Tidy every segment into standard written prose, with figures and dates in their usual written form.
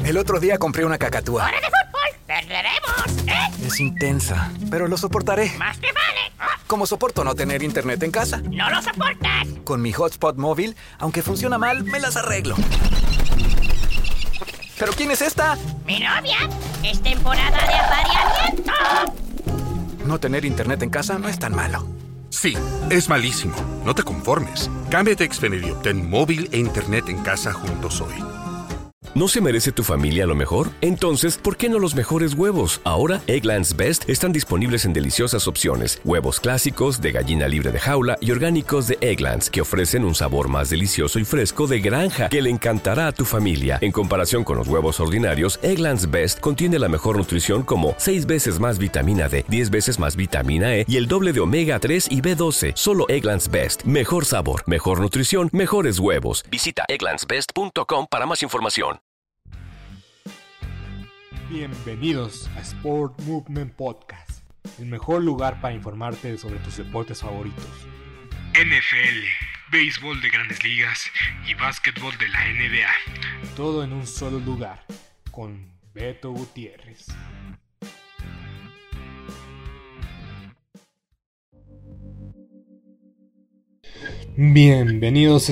El otro día compré una cacatúa. ¡Hora de fútbol! ¡Perderemos! Es intensa, pero lo soportaré. ¡Más te vale! Como soporto no tener internet en casa. ¡No lo soportas! Con mi hotspot móvil, aunque funciona mal, me las arreglo. ¿Pero quién es esta? ¡Mi novia! ¡Es temporada de apareamiento! No tener internet en casa no es tan malo. Sí, es malísimo. No te conformes. Cámbiate a Xfinity y obtén móvil e internet en casa juntos hoy. ¿No se merece tu familia lo mejor? Entonces, ¿por qué no los mejores huevos? Ahora, Eggland's Best están disponibles en deliciosas opciones. Huevos clásicos, de gallina libre de jaula y orgánicos de Eggland's, que ofrecen un sabor más delicioso y fresco de granja que le encantará a tu familia. En comparación con los huevos ordinarios, Eggland's Best contiene la mejor nutrición como 6 veces más vitamina D, 10 veces más vitamina E y el doble de omega 3 y B12. Solo Eggland's Best. Mejor sabor, mejor nutrición, mejores huevos. Visita egglandsbest.com para más información. Bienvenidos a Sport Movement Podcast, el mejor lugar para informarte sobre tus deportes favoritos. NFL, béisbol de grandes ligas y básquetbol de la NBA. Todo en un solo lugar, con Beto Gutiérrez. Bienvenidos a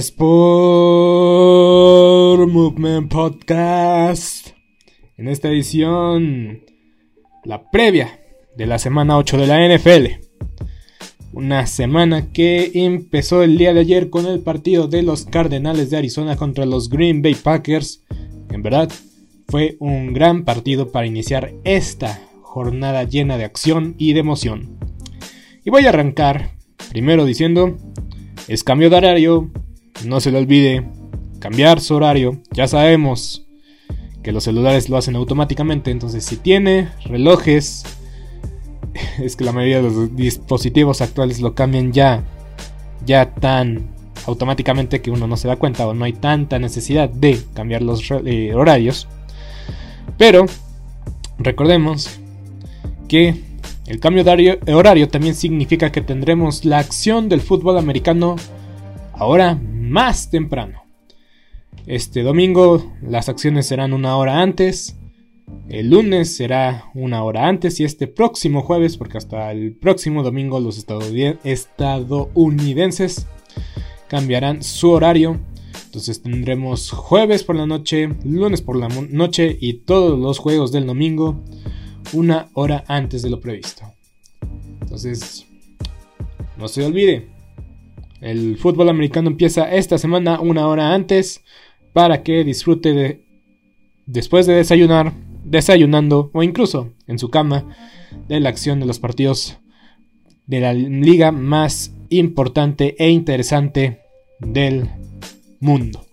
Sport Movement Podcast. En esta edición, la previa de la semana 8 de la NFL. Una semana que empezó el día de ayer con el partido de los Cardenales de Arizona contra los Green Bay Packers. En verdad, fue un gran partido para iniciar esta jornada llena de acción y de emoción. Y voy a arrancar primero diciendo, es cambio de horario, no se le olvide cambiar su horario, ya sabemos que los celulares lo hacen automáticamente, entonces si tiene relojes, es que la mayoría de los dispositivos actuales lo cambian ya tan automáticamente que uno no se da cuenta o no hay tanta necesidad de cambiar los horarios. Pero recordemos que el cambio de horario también significa que tendremos la acción del fútbol americano ahora más temprano. Este domingo las acciones serán una hora antes, el lunes será una hora antes y este próximo jueves, porque hasta el próximo domingo los estadounidenses cambiarán su horario. Entonces tendremos jueves por la noche, lunes por la noche y todos los juegos del domingo una hora antes de lo previsto. Entonces, no se olvide, el fútbol americano empieza esta semana una hora antes, para que disfrute después de desayunando o incluso en su cama de la acción de los partidos de la liga más importante e interesante del mundo.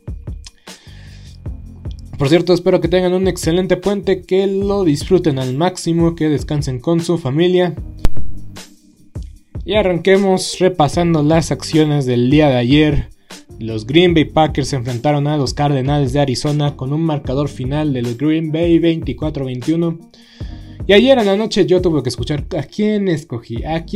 Por cierto, espero que tengan un excelente puente, que lo disfruten al máximo, que descansen con su familia. Y arranquemos repasando las acciones del día de ayer. Los Green Bay Packers se enfrentaron a los Cardenales de Arizona con un marcador final de los Green Bay 24-21. Y ayer en la noche yo tuve que escuchar a quién escogí.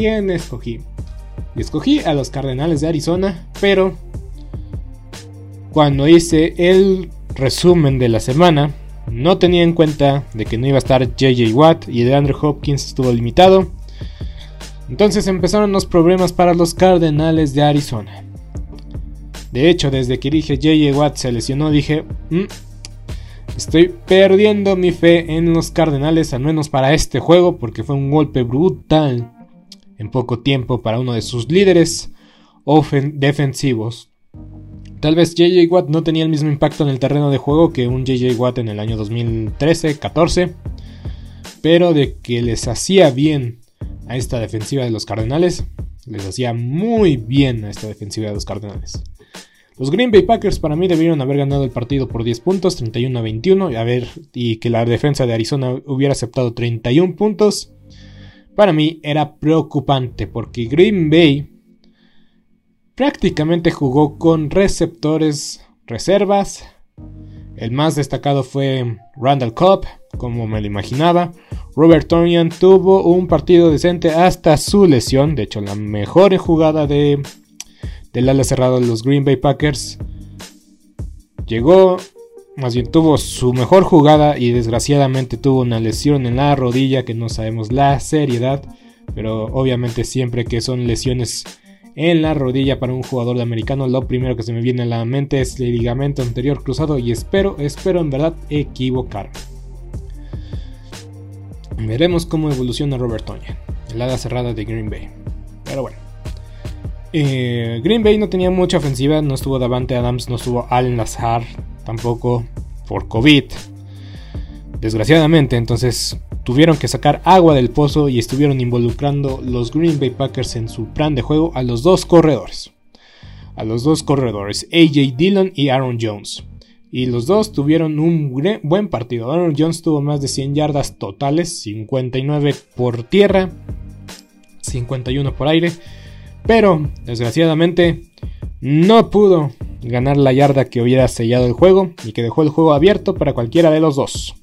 Y escogí a los Cardenales de Arizona, pero cuando hice el resumen de la semana no tenía en cuenta de que no iba a estar J.J. Watt y DeAndre Hopkins estuvo limitado. Entonces empezaron los problemas para los Cardenales de Arizona. De hecho, desde que dije J.J. Watt se lesionó, dije, estoy perdiendo mi fe en los Cardenales, al menos para este juego, porque fue un golpe brutal en poco tiempo para uno de sus líderes defensivos. Tal vez J.J. Watt no tenía el mismo impacto en el terreno de juego que un J.J. Watt en el año 2013-14, pero de que les hacía bien a esta defensiva de los Cardenales, les hacía muy bien a esta defensiva de los Cardenales. Los Green Bay Packers para mí debieron haber ganado el partido por 10 puntos, 31-21, y que la defensa de Arizona hubiera aceptado 31 puntos. Para mí era preocupante porque Green Bay prácticamente jugó con receptores reservas. El más destacado fue Randall Cobb, como me lo imaginaba. Robert Tonyan tuvo un partido decente hasta su lesión. De hecho, la mejor jugada del ala cerrado de los Green Bay Packers llegó más bien tuvo su mejor jugada y desgraciadamente tuvo una lesión en la rodilla que no sabemos la seriedad, pero obviamente siempre que son lesiones en la rodilla para un jugador de americano, lo primero que se me viene a la mente es el ligamento anterior cruzado y espero en verdad equivocarme. Veremos cómo evoluciona Robert Tonyan, el ala cerrada de Green Bay. Pero bueno, Green Bay no tenía mucha ofensiva, no estuvo Davante Adams, no estuvo Allen Lazard, tampoco por COVID, desgraciadamente. Entonces tuvieron que sacar agua del pozo y estuvieron involucrando los Green Bay Packers en su plan de juego a los dos corredores, AJ Dillon y Aaron Jones. Y los dos tuvieron un buen partido. Aaron Jones tuvo más de 100 yardas totales, 59 por tierra, 51 por aire. Pero, desgraciadamente, no pudo ganar la yarda que hubiera sellado el juego y que dejó el juego abierto para cualquiera de los dos.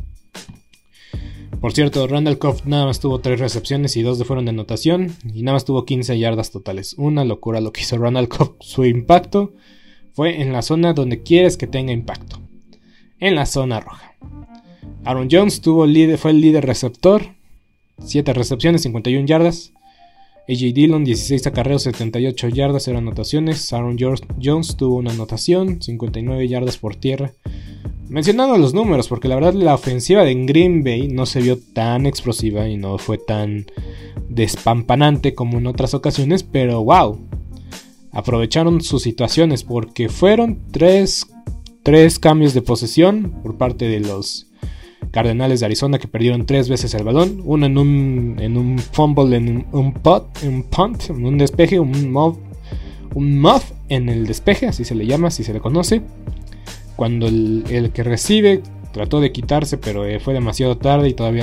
Por cierto, Randall Cobb nada más tuvo 3 recepciones y 2 fueron de anotación. Y nada más tuvo 15 yardas totales. Una locura lo que hizo Randall Cobb. Su impacto fue en la zona donde quieres que tenga impacto, en la zona roja. Aaron Jones fue el líder receptor, 7 recepciones, 51 yardas. AJ Dillon, 16 acarreos, 78 yardas, 0 anotaciones. Aaron Jones tuvo una anotación, 59 yardas por tierra. Mencionando los números, porque la verdad la ofensiva de Green Bay no se vio tan explosiva y no fue tan despampanante como en otras ocasiones, pero wow, aprovecharon sus situaciones porque fueron tres cambios de posesión por parte de los Cardenales de Arizona, que perdieron 3 veces el balón, uno en un fumble, en un punt, en un despeje, un muff en el despeje, así se le llama, así se le conoce, cuando el que recibe trató de quitarse, pero fue demasiado tarde y todavía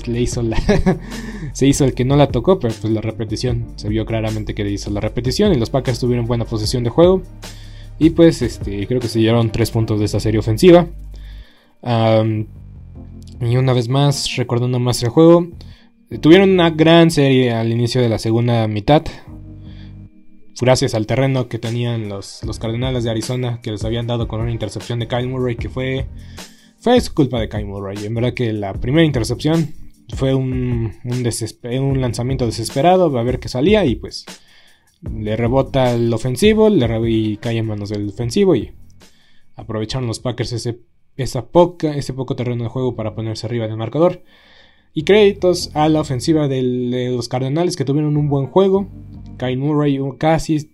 se hizo el que no la tocó, pero pues la repetición, se vio claramente que hizo la repetición y los Packers tuvieron buena posesión de juego y pues creo que se llevaron 3 puntos de esta serie ofensiva. Y una vez más, recordando más el juego, tuvieron una gran serie al inicio de la segunda mitad, gracias al terreno que tenían los Cardenales de Arizona, que les habían dado con una intercepción de Kyle Murray, que fue su culpa de Kyle Murray. En verdad que la primera intercepción fue un lanzamiento desesperado, a ver qué salía, y pues le rebota el ofensivo y cae en manos del defensivo, y aprovecharon los Packers ese poco terreno de juego para ponerse arriba del marcador. Y créditos a la ofensiva de los Cardenales, que tuvieron un buen juego. Kyle Murray casi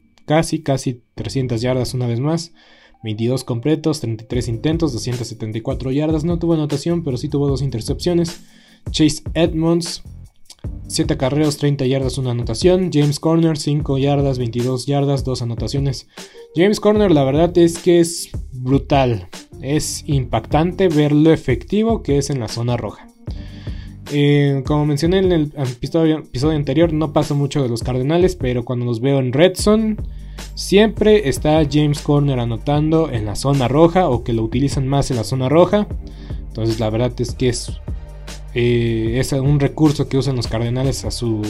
300 yardas una vez más, 22 completos, 33 intentos, 274 yardas. No tuvo anotación, pero sí tuvo 2 intercepciones. Chase Edmonds, 7 acarreos, 30 yardas, 1 anotación. James Conner, 5 yardas, 22 yardas, 2 anotaciones. James Conner, la verdad es que es brutal. Es impactante ver lo efectivo que es en la zona roja. Como mencioné en el episodio anterior, no paso mucho de los Cardenales, pero cuando los veo en Red Zone, siempre está James Conner anotando en la zona roja, o que lo utilizan más en la zona roja. Entonces la verdad es que es un recurso que usan los Cardenales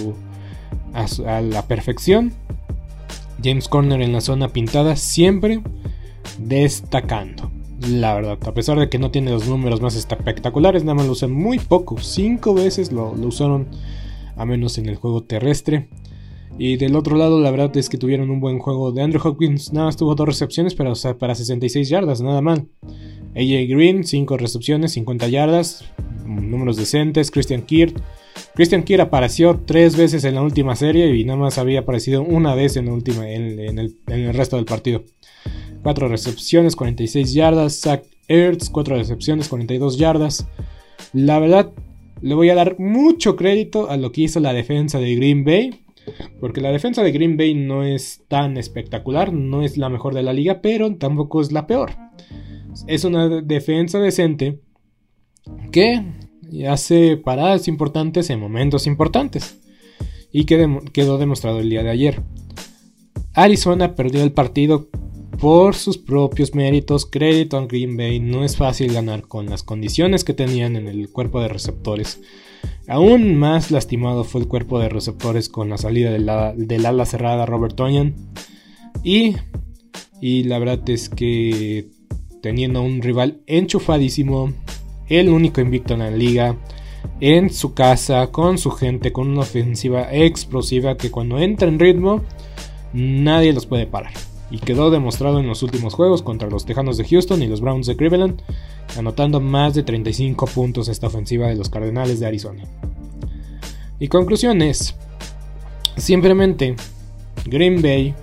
a la perfección. James Conner en la zona pintada, siempre destacando. La verdad, a pesar de que no tiene los números más espectaculares, nada más lo usan muy poco. 5 veces lo usaron, a menos en el juego terrestre. Y del otro lado, la verdad es que tuvieron un buen juego de Andrew Hopkins. Nada más tuvo 2 recepciones para 66 yardas, nada mal. AJ Green, 5 recepciones, 50 yardas, números decentes. Christian Kirk apareció 3 veces en la última serie y nada más había aparecido una vez en el resto del partido. 4 recepciones, 46 yardas. Zach Ertz, 4 recepciones, 42 yardas. La verdad, le voy a dar mucho crédito a lo que hizo la defensa de Green Bay, porque la defensa de Green Bay no es tan espectacular, no es la mejor de la liga, pero tampoco es la peor. Es una defensa decente que hace paradas importantes en momentos importantes, y quedó demostrado el día de ayer. Arizona perdió el partido por sus propios méritos. Crédito a Green Bay, no es fácil ganar con las condiciones que tenían en el cuerpo de receptores. Aún más lastimado fue el cuerpo de receptores con la salida del ala cerrada Robert Tonyan. Y la verdad es que teniendo un rival enchufadísimo, el único invicto en la liga, en su casa, con su gente, con una ofensiva explosiva que cuando entra en ritmo nadie los puede parar. Y quedó demostrado en los últimos juegos contra los Tejanos de Houston y los Browns de Cleveland, anotando más de 35 puntos esta ofensiva de los Cardenales de Arizona. Y conclusión es, simplemente Green Bay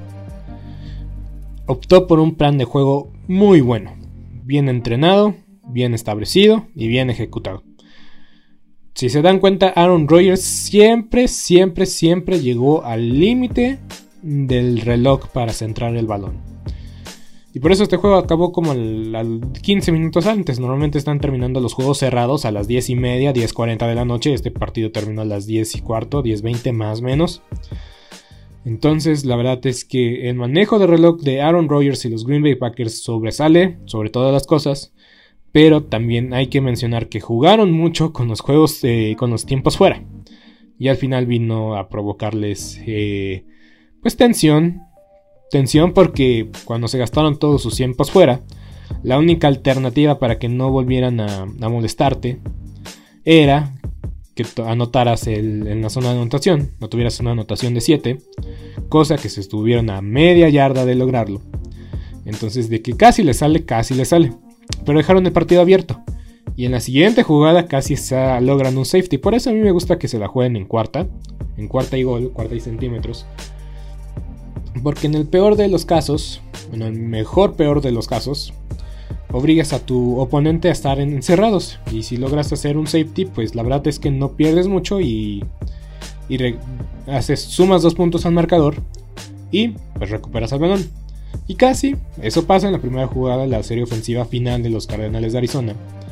optó por un plan de juego muy bueno, bien entrenado, bien establecido y bien ejecutado. Si se dan cuenta, Aaron Rodgers siempre llegó al límite del reloj para centrar el balón. Y por eso este juego acabó como 15 minutos antes. Normalmente están terminando los juegos cerrados a las 10:30, 10:40 de la noche. Este partido terminó a las 10:15, 10:20 más o menos. Entonces la verdad es que el manejo de reloj de Aaron Rodgers y los Green Bay Packers sobresale sobre todas las cosas. Pero también hay que mencionar que jugaron mucho con los juegos, con los tiempos fuera. Y al final vino a provocarles tensión porque cuando se gastaron todos sus tiempos fuera, la única alternativa para que no volvieran a molestarte era que anotaras en la zona de anotación, no tuvieras una anotación de 7, cosa que se estuvieron a media yarda de lograrlo. Entonces de que casi le sale, pero dejaron el partido abierto. Y en la siguiente jugada casi logran un safety. Por eso a mí me gusta que se la jueguen en cuarta y gol, cuarta y centímetros. Porque en el peor de los casos, en el mejor peor de los casos, obligas a tu oponente a estar encerrados. Y si logras hacer un safety, pues la verdad es que no pierdes mucho y sumas 2 puntos al marcador y pues recuperas el balón. Y casi eso pasa en la primera jugada de la serie ofensiva final de los Cardenales de Arizona,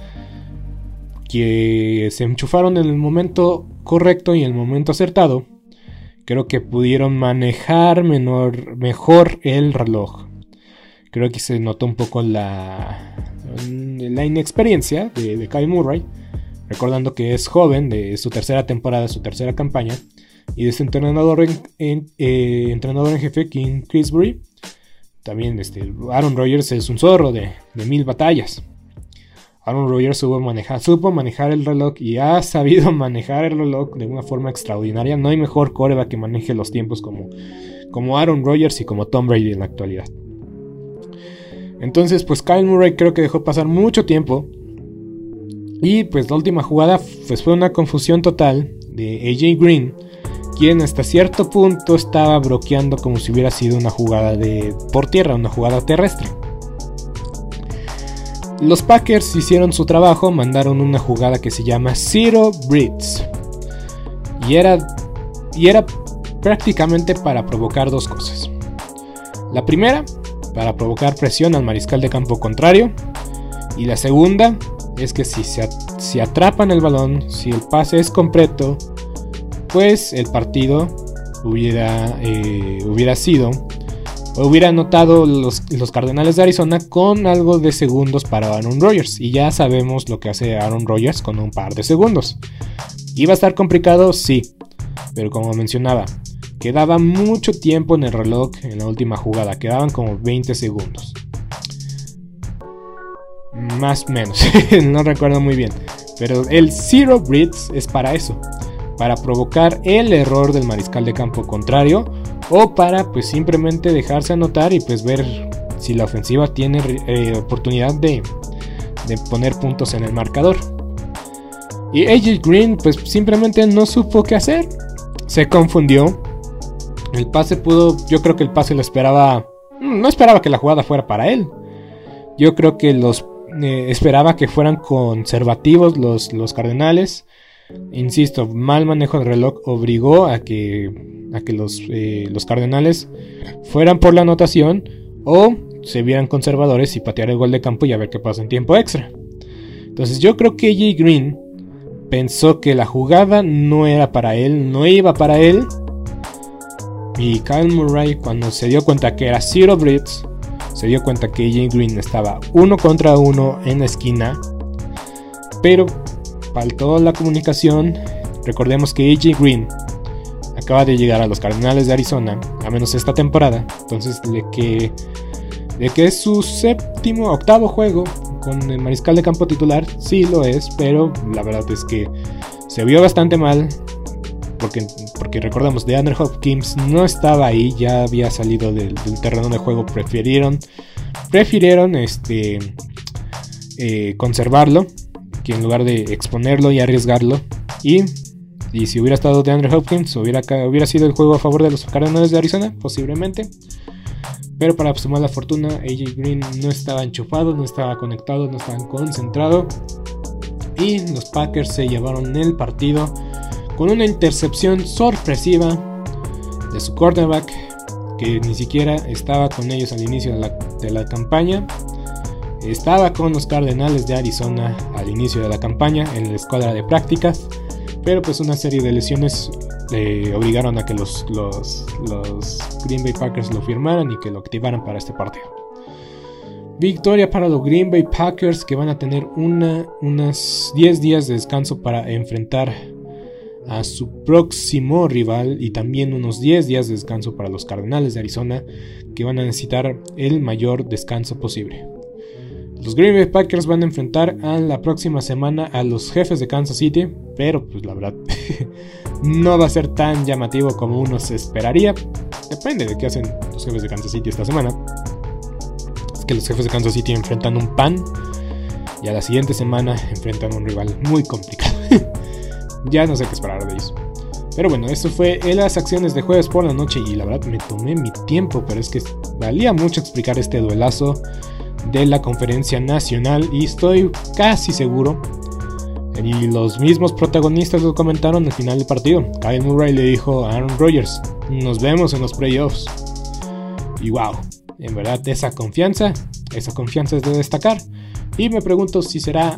que se enchufaron en el momento correcto y en el momento acertado. Creo que pudieron manejar mejor el reloj. Creo que se notó un poco la inexperiencia de Kyle Murray, recordando que es joven, de su tercera temporada, su tercera campaña, y de su entrenador en jefe, King Kingsbury. También Aaron Rodgers es un zorro de 1000 batallas. Aaron Rodgers supo manejar el reloj y ha sabido manejar el reloj de una forma extraordinaria. No hay mejor quarterback que maneje los tiempos como Aaron Rodgers y como Tom Brady en la actualidad. Entonces pues Kyle Murray creo que dejó pasar mucho tiempo. Y pues la última jugada pues fue una confusión total de AJ Green, quien hasta cierto punto estaba bloqueando como si hubiera sido una jugada por tierra, una jugada terrestre. Los Packers hicieron su trabajo, mandaron una jugada que se llama Zero Blitz. Y era prácticamente para provocar 2 cosas. La primera, para provocar presión al mariscal de campo contrario. Y la segunda es que si atrapan el balón, si el pase es completo, pues el partido hubiera anotado los Cardenales de Arizona con algo de segundos para Aaron Rodgers. Y ya sabemos lo que hace Aaron Rodgers con un par de segundos. ¿Iba a estar complicado? Sí. Pero como mencionaba, quedaba mucho tiempo en el reloj en la última jugada. Quedaban como 20 segundos. Más o menos. No recuerdo muy bien. Pero el Zero Blitz es para eso. Para provocar el error del mariscal de campo contrario. O para pues simplemente dejarse anotar y pues ver si la ofensiva tiene oportunidad de poner puntos en el marcador. Y AJ Green pues simplemente no supo qué hacer. Se confundió. El pase yo creo que el pase lo esperaba. No esperaba que la jugada fuera para él. Yo creo que esperaba que fueran conservativos los Cardenales. Insisto, mal manejo del reloj obligó a que los Cardenales fueran por la anotación o se vieran conservadores y patear el gol de campo y a ver qué pasa en tiempo extra. Entonces yo creo que AJ Green pensó que la jugada no era para él, no iba para él, y Kyle Murray, cuando se dio cuenta que era Zero Blitz, se dio cuenta que AJ Green estaba 1 contra 1 en la esquina, pero faltó la comunicación. Recordemos que AJ Green acaba de llegar a los Cardenales de Arizona, a menos esta temporada. Entonces que de que es su octavo juego con el mariscal de campo titular. Sí lo es, pero la verdad es que se vio bastante mal. Porque recordamos, DeAndre Hopkins no estaba ahí, ya había salido del terreno de juego. Prefirieron conservarlo, que en lugar de exponerlo y arriesgarlo. Y si hubiera estado DeAndre Hopkins, hubiera sido el juego a favor de los Cardenales de Arizona, posiblemente. Pero para su mala fortuna, AJ Green no estaba enchufado, no estaba conectado, no estaba concentrado. Y los Packers se llevaron el partido con una intercepción sorpresiva de su quarterback, que ni siquiera estaba con ellos al inicio de la campaña. Estaba con los Cardenales de Arizona al inicio de la campaña en la escuadra de prácticas, pero pues una serie de lesiones obligaron a que los Green Bay Packers lo firmaran y que lo activaran para este partido. Victoria para los Green Bay Packers, que van a tener unas 10 días de descanso para enfrentar a su próximo rival, y también unos 10 días de descanso para los Cardenales de Arizona, que van a necesitar el mayor descanso posible. Los Green Bay Packers van a enfrentar la próxima semana a los Jefes de Kansas City, pero pues la verdad no va a ser tan llamativo como uno se esperaría. Depende de qué hacen los Jefes de Kansas City esta semana. Es que los Jefes de Kansas City enfrentan un pan y a la siguiente semana enfrentan a un rival muy complicado. Ya no sé qué esperar de ellos. Pero bueno, eso fue las acciones de jueves por la noche, y la verdad me tomé mi tiempo, pero es que valía mucho explicar este duelazo de la Conferencia Nacional, y estoy casi seguro, y los mismos protagonistas lo comentaron al final del partido. Kyle Murray le dijo a Aaron Rodgers: nos vemos en los playoffs. Y wow, en verdad esa confianza es de destacar. Y me pregunto si será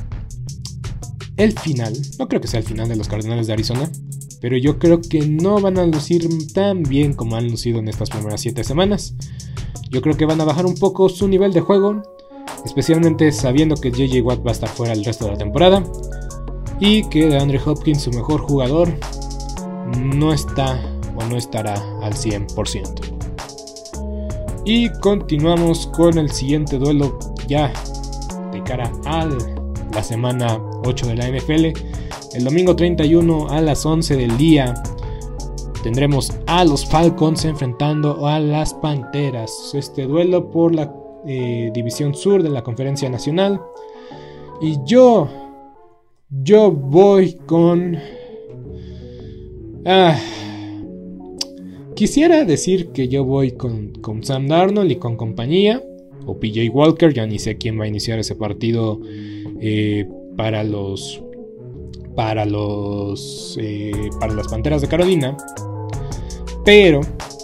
el final. No creo que sea el final de los Cardenales de Arizona, pero yo creo que no van a lucir tan bien como han lucido en estas primeras 7 semanas. Yo creo que van a bajar un poco su nivel de juego, especialmente sabiendo que JJ Watt va a estar fuera el resto de la temporada y que DeAndre Hopkins, su mejor jugador, no está o no estará al 100%. Y continuamos con el siguiente duelo ya de cara a la semana 8 de la NFL. El domingo 31 a las 11 del día tendremos a los Falcons enfrentando a las Panteras. Este duelo por la división sur de la Conferencia Nacional. Y yo voy con... quisiera decir que yo voy con Sam Darnold y con compañía, o PJ Walker. Ya ni sé quién va a iniciar ese partido para las Panteras de Carolina. Pero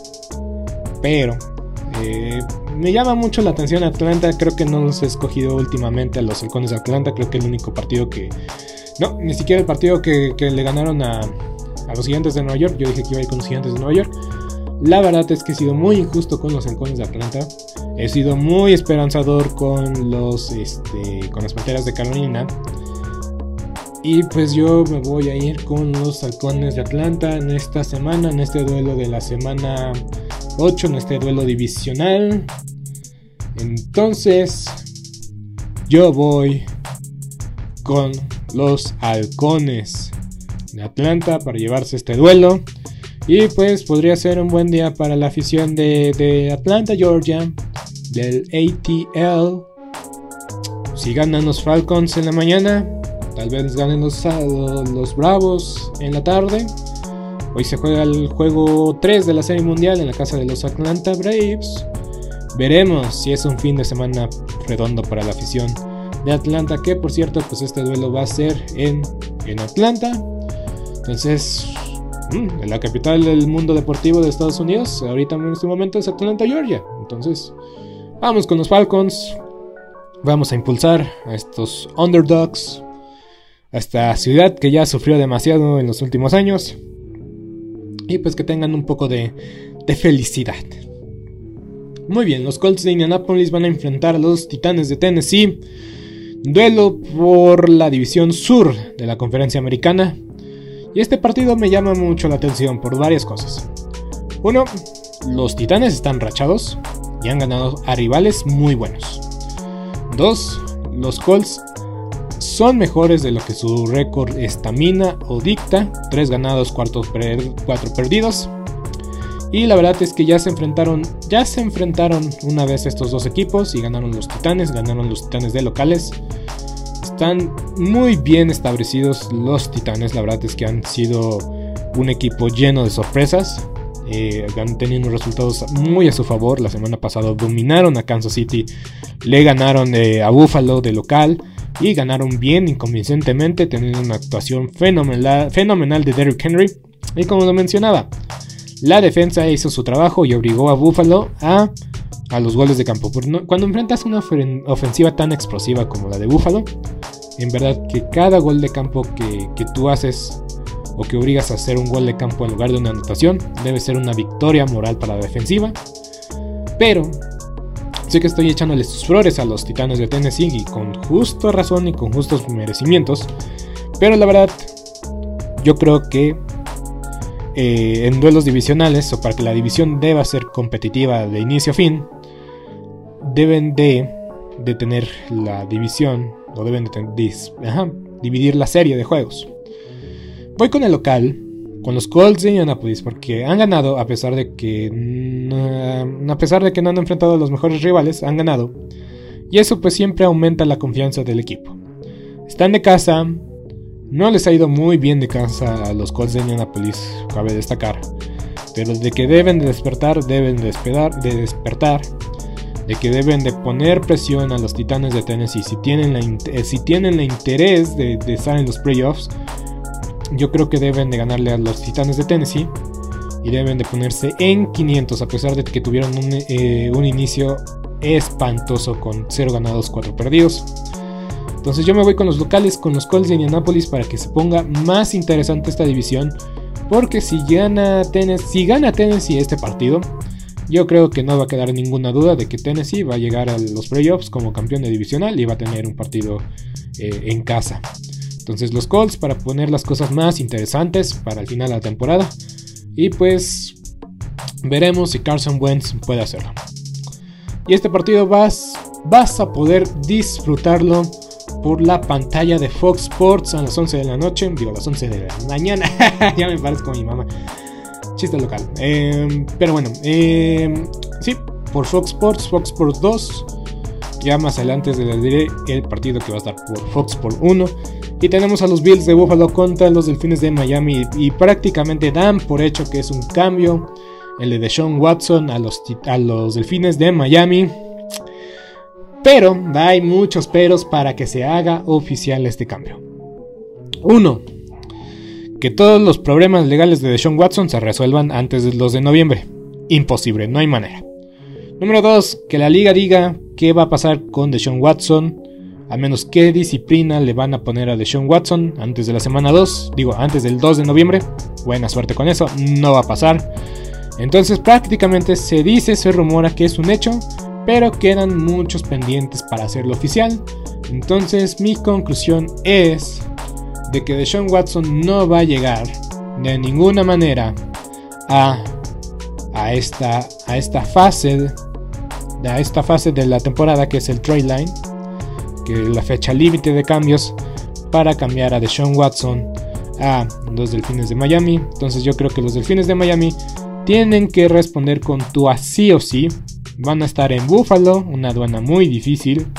me llama mucho la atención Atlanta. Creo que no los he escogido últimamente a los Halcones de Atlanta. Creo que el único partido que... No, ni siquiera el partido que le ganaron a los Gigantes de Nueva York. Yo dije que iba a ir con los Gigantes de Nueva York. La verdad es que he sido muy injusto con los Halcones de Atlanta. He sido muy esperanzador con las Panteras de Carolina. Y pues yo me voy a ir con los Halcones de Atlanta en esta semana, en este duelo de la semana 8, en este duelo divisional. Entonces, yo voy con los Halcones de Atlanta para llevarse este duelo. Y pues podría ser un buen día para la afición de Atlanta, Georgia, del ATL. Si ganan los Falcons en la mañana, tal vez ganen los Bravos en la tarde. Hoy se juega el juego 3 de la Serie Mundial en la casa de los Atlanta Braves. Veremos si es un fin de semana redondo para la afición de Atlanta, que por cierto, pues este duelo va a ser en Atlanta. Entonces, en la capital del mundo deportivo de Estados Unidos, ahorita en este momento es Atlanta, Georgia. Entonces, vamos con los Falcons. Vamos a impulsar a estos underdogs, a esta ciudad que ya sufrió demasiado en los últimos años, y pues que tengan un poco de felicidad. Muy bien, los Colts de Indianapolis van a enfrentar a los Titanes de Tennessee. Duelo por la división sur de la Conferencia Americana. Y este partido me llama mucho la atención por varias cosas. Uno, los Titanes están rachados. y han ganado a rivales muy buenos. 2. Los Colts son mejores de lo que su récord estamina o dicta. 3 ganados, 4 perdidos. Y la verdad es que ya se enfrentaron una vez estos dos equipos y ganaron los Titanes de locales. Están muy bien establecidos los Titanes, la verdad es que han sido un equipo lleno de sorpresas. Han tenido resultados muy a su favor. La semana pasada dominaron a Kansas City, le ganaron a Buffalo de local y ganaron bien inconvincentemente, teniendo una actuación fenomenal de Derrick Henry. Y como lo mencionaba, la defensa hizo su trabajo y obligó a Buffalo a los goles de campo. Cuando enfrentas una ofensiva tan explosiva como la de Buffalo, en verdad que cada gol de campo que tú haces o que obligas a hacer un gol de campo en lugar de una anotación debe ser una victoria moral para la defensiva. Pero sé que estoy echándole sus flores a los Titanes de Tennessee y con justa razón y con justos merecimientos, pero la verdad yo creo que en duelos divisionales, o para que la división deba ser competitiva de inicio a fin, deben de tener la división, o deben de dividir la serie de juegos. Voy con el local, con los Colts de Indianapolis, porque han ganado a pesar de que no han enfrentado a los mejores rivales, han ganado. Y eso pues siempre aumenta la confianza del equipo. Están de casa. No les ha ido muy bien de casa a los Colts de Indianapolis, cabe destacar. Pero de que deben de despertar, de que deben de poner presión a los Titanes de Tennessee. Si tienen el interés de estar en los playoffs, yo creo que deben de ganarle a los Titanes de Tennessee. Y deben de ponerse en 500, a pesar de que tuvieron un inicio espantoso con 0 ganados, 4 perdidos. Entonces yo me voy con los locales, con los Colts de Indianapolis, para que se ponga más interesante esta división. Porque si gana Tennessee este partido, yo creo que no va a quedar ninguna duda de que Tennessee va a llegar a los playoffs como campeón de divisional y va a tener un partido en casa. Entonces los Colts, para poner las cosas más interesantes para el final de la temporada. Y pues veremos si Carson Wentz puede hacerlo. Y este partido vas a poder disfrutarlo por la pantalla de Fox Sports a las 11 de la noche. Digo, a las 11 de la mañana. Ya me parezco a mi mamá. Chiste local. Pero bueno. Sí, por Fox Sports 2. Ya más adelante les diré el partido que va a estar por Fox Sports 1. Y tenemos a los Bills de Buffalo contra los Delfines de Miami. Y prácticamente dan por hecho que es un cambio el de Deshaun Watson a los Delfines de Miami. Pero hay muchos peros para que se haga oficial este cambio. 1. Que todos los problemas legales de Deshaun Watson se resuelvan antes del 2 de noviembre. Imposible, no hay manera. Número 2. Que la liga diga qué va a pasar con Deshaun Watson, a menos qué disciplina le van a poner a Deshaun Watson antes de la semana 2. Digo, antes del 2 de noviembre. Buena suerte con eso, no va a pasar. Entonces prácticamente se rumora que es un hecho, pero quedan muchos pendientes para hacerlo oficial. Entonces mi conclusión es de que Deshaun Watson no va a llegar de ninguna manera a esta fase de la temporada, que es el trade line, que es la fecha límite de cambios para cambiar a Deshaun Watson a los Delfines de Miami. Entonces yo creo que los Delfines de Miami tienen que responder con Tua sí o sí. Van a estar en Buffalo, una aduana muy difícil.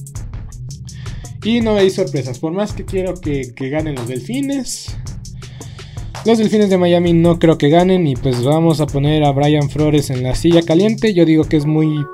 Y no hay sorpresas, por más que quiero que ganen los Delfines. Los Delfines de Miami no creo que ganen. Y pues vamos a poner a Brian Flores en la silla caliente. Yo digo que es muy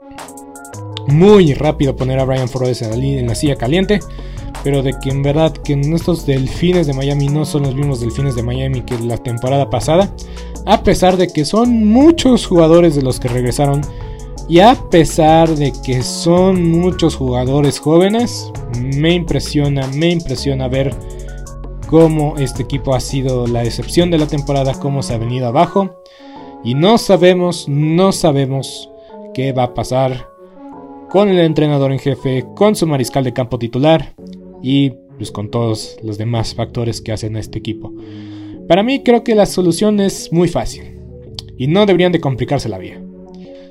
rápido poner a Brian Flores en la silla caliente. Pero de que en verdad que estos Delfines de Miami no son los mismos Delfines de Miami que la temporada pasada. A pesar de que son muchos jugadores de los que regresaron. Y a pesar de que son muchos jugadores jóvenes, me impresiona ver cómo este equipo ha sido la decepción de la temporada, cómo se ha venido abajo. Y no sabemos qué va a pasar con el entrenador en jefe, con su mariscal de campo titular y pues con todos los demás factores que hacen a este equipo. Para mí creo que la solución es muy fácil y no deberían de complicarse la vida.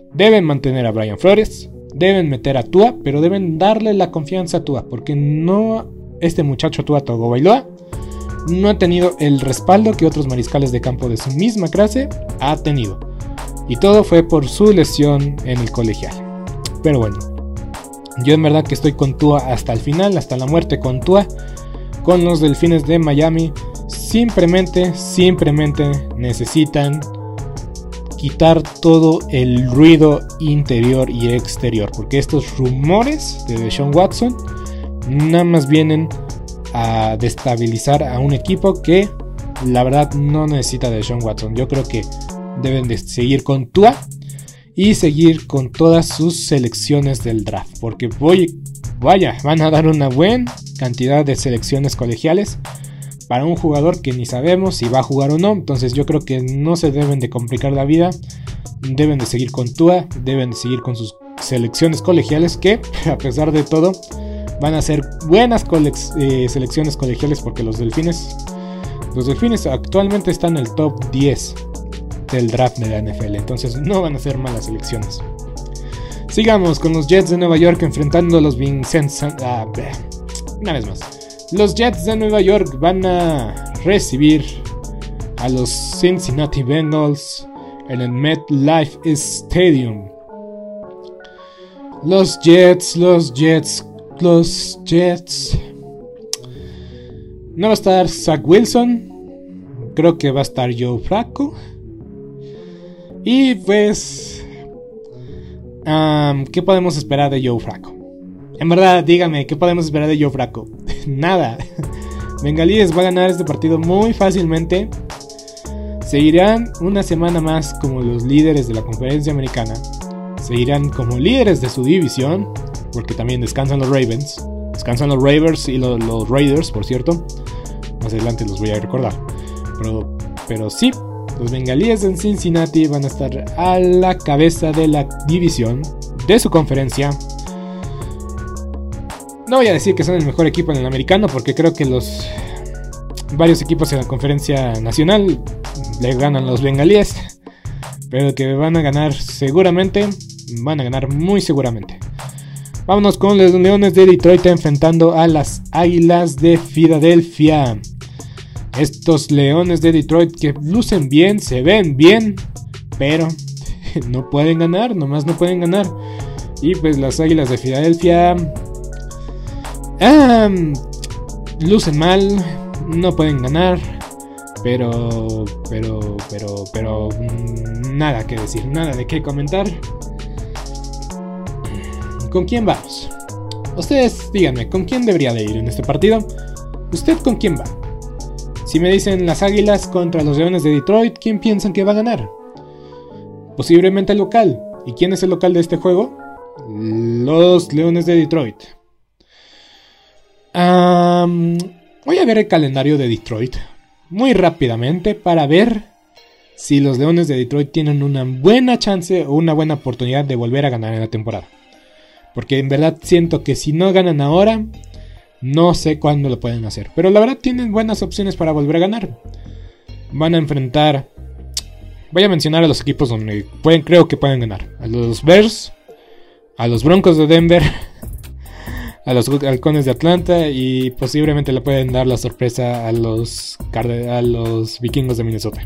Deben mantener a Brian Flores, deben meter a Tua, pero deben darle la confianza a Tua, porque este muchacho Tua Tagovailoa no ha tenido el respaldo que otros mariscales de campo de su misma clase ha tenido. Y todo fue por su lesión en el colegial. Pero bueno, yo en verdad que estoy con Tua hasta el final, hasta la muerte con Tua, con los Delfines de Miami. Simplemente necesitan quitar todo el ruido interior y exterior, porque estos rumores de Deshaun Watson nada más vienen a destabilizar a un equipo que la verdad no necesita de Deshaun Watson. Yo creo que deben de seguir con Tua y seguir con todas sus selecciones del draft, porque van a dar una buena cantidad de selecciones colegiales para un jugador que ni sabemos si va a jugar o no. Entonces yo creo que no se deben de complicar la vida, deben de seguir con Tua, deben de seguir con sus selecciones colegiales, que a pesar de todo van a ser buenas selecciones colegiales, porque los Delfines actualmente están en el top 10 del draft de la NFL, entonces no van a ser malas selecciones. Sigamos con los Jets de Nueva York enfrentando a los una vez más. Los Jets de Nueva York van a recibir a los Cincinnati Bengals en el MetLife Stadium. Los Jets. No va a estar Zach Wilson. Creo que va a estar Joe Flacco. Y pues, ¿qué podemos esperar de Joe Flacco? En verdad, dígame, ¿qué podemos esperar de Joe Flacco? Nada. Bengalíes va a ganar este partido muy fácilmente. Seguirán una semana más como los líderes de la conferencia americana. Seguirán como líderes de su división, porque también descansan los Ravens. Descansan los Raiders y los Raiders, por cierto. Más adelante los voy a recordar. Pero sí, los Bengalíes en Cincinnati van a estar a la cabeza de la división de su conferencia. No voy a decir que son el mejor equipo en el americano, porque creo que los varios equipos en la conferencia nacional le ganan los Bengalíes, pero que van a ganar seguramente, van a ganar muy seguramente. Vámonos con los Leones de Detroit enfrentando a las Águilas de Filadelfia. Estos Leones de Detroit que lucen bien, se ven bien, pero no pueden ganar, nomás no pueden ganar. Y pues las Águilas de Filadelfia lucen mal, no pueden ganar, pero nada que decir, nada de qué comentar. ¿Con quién vamos? Ustedes díganme, ¿con quién debería de ir en este partido? ¿Usted con quién va? Si me dicen las Águilas contra los Leones de Detroit, ¿quién piensan que va a ganar? Posiblemente el local. ¿Y quién es el local de este juego? Los Leones de Detroit. Voy a ver el calendario de Detroit muy rápidamente para ver si los Leones de Detroit tienen una buena chance o una buena oportunidad de volver a ganar en la temporada. Porque en verdad siento que si no ganan ahora, no sé cuándo lo pueden hacer. Pero la verdad tienen buenas opciones para volver a ganar. Van a enfrentar... Voy a mencionar a los equipos donde creo que pueden ganar. A los Bears, a los Broncos de Denver, a los Halcones de Atlanta y posiblemente le pueden dar la sorpresa a los Vikingos de Minnesota.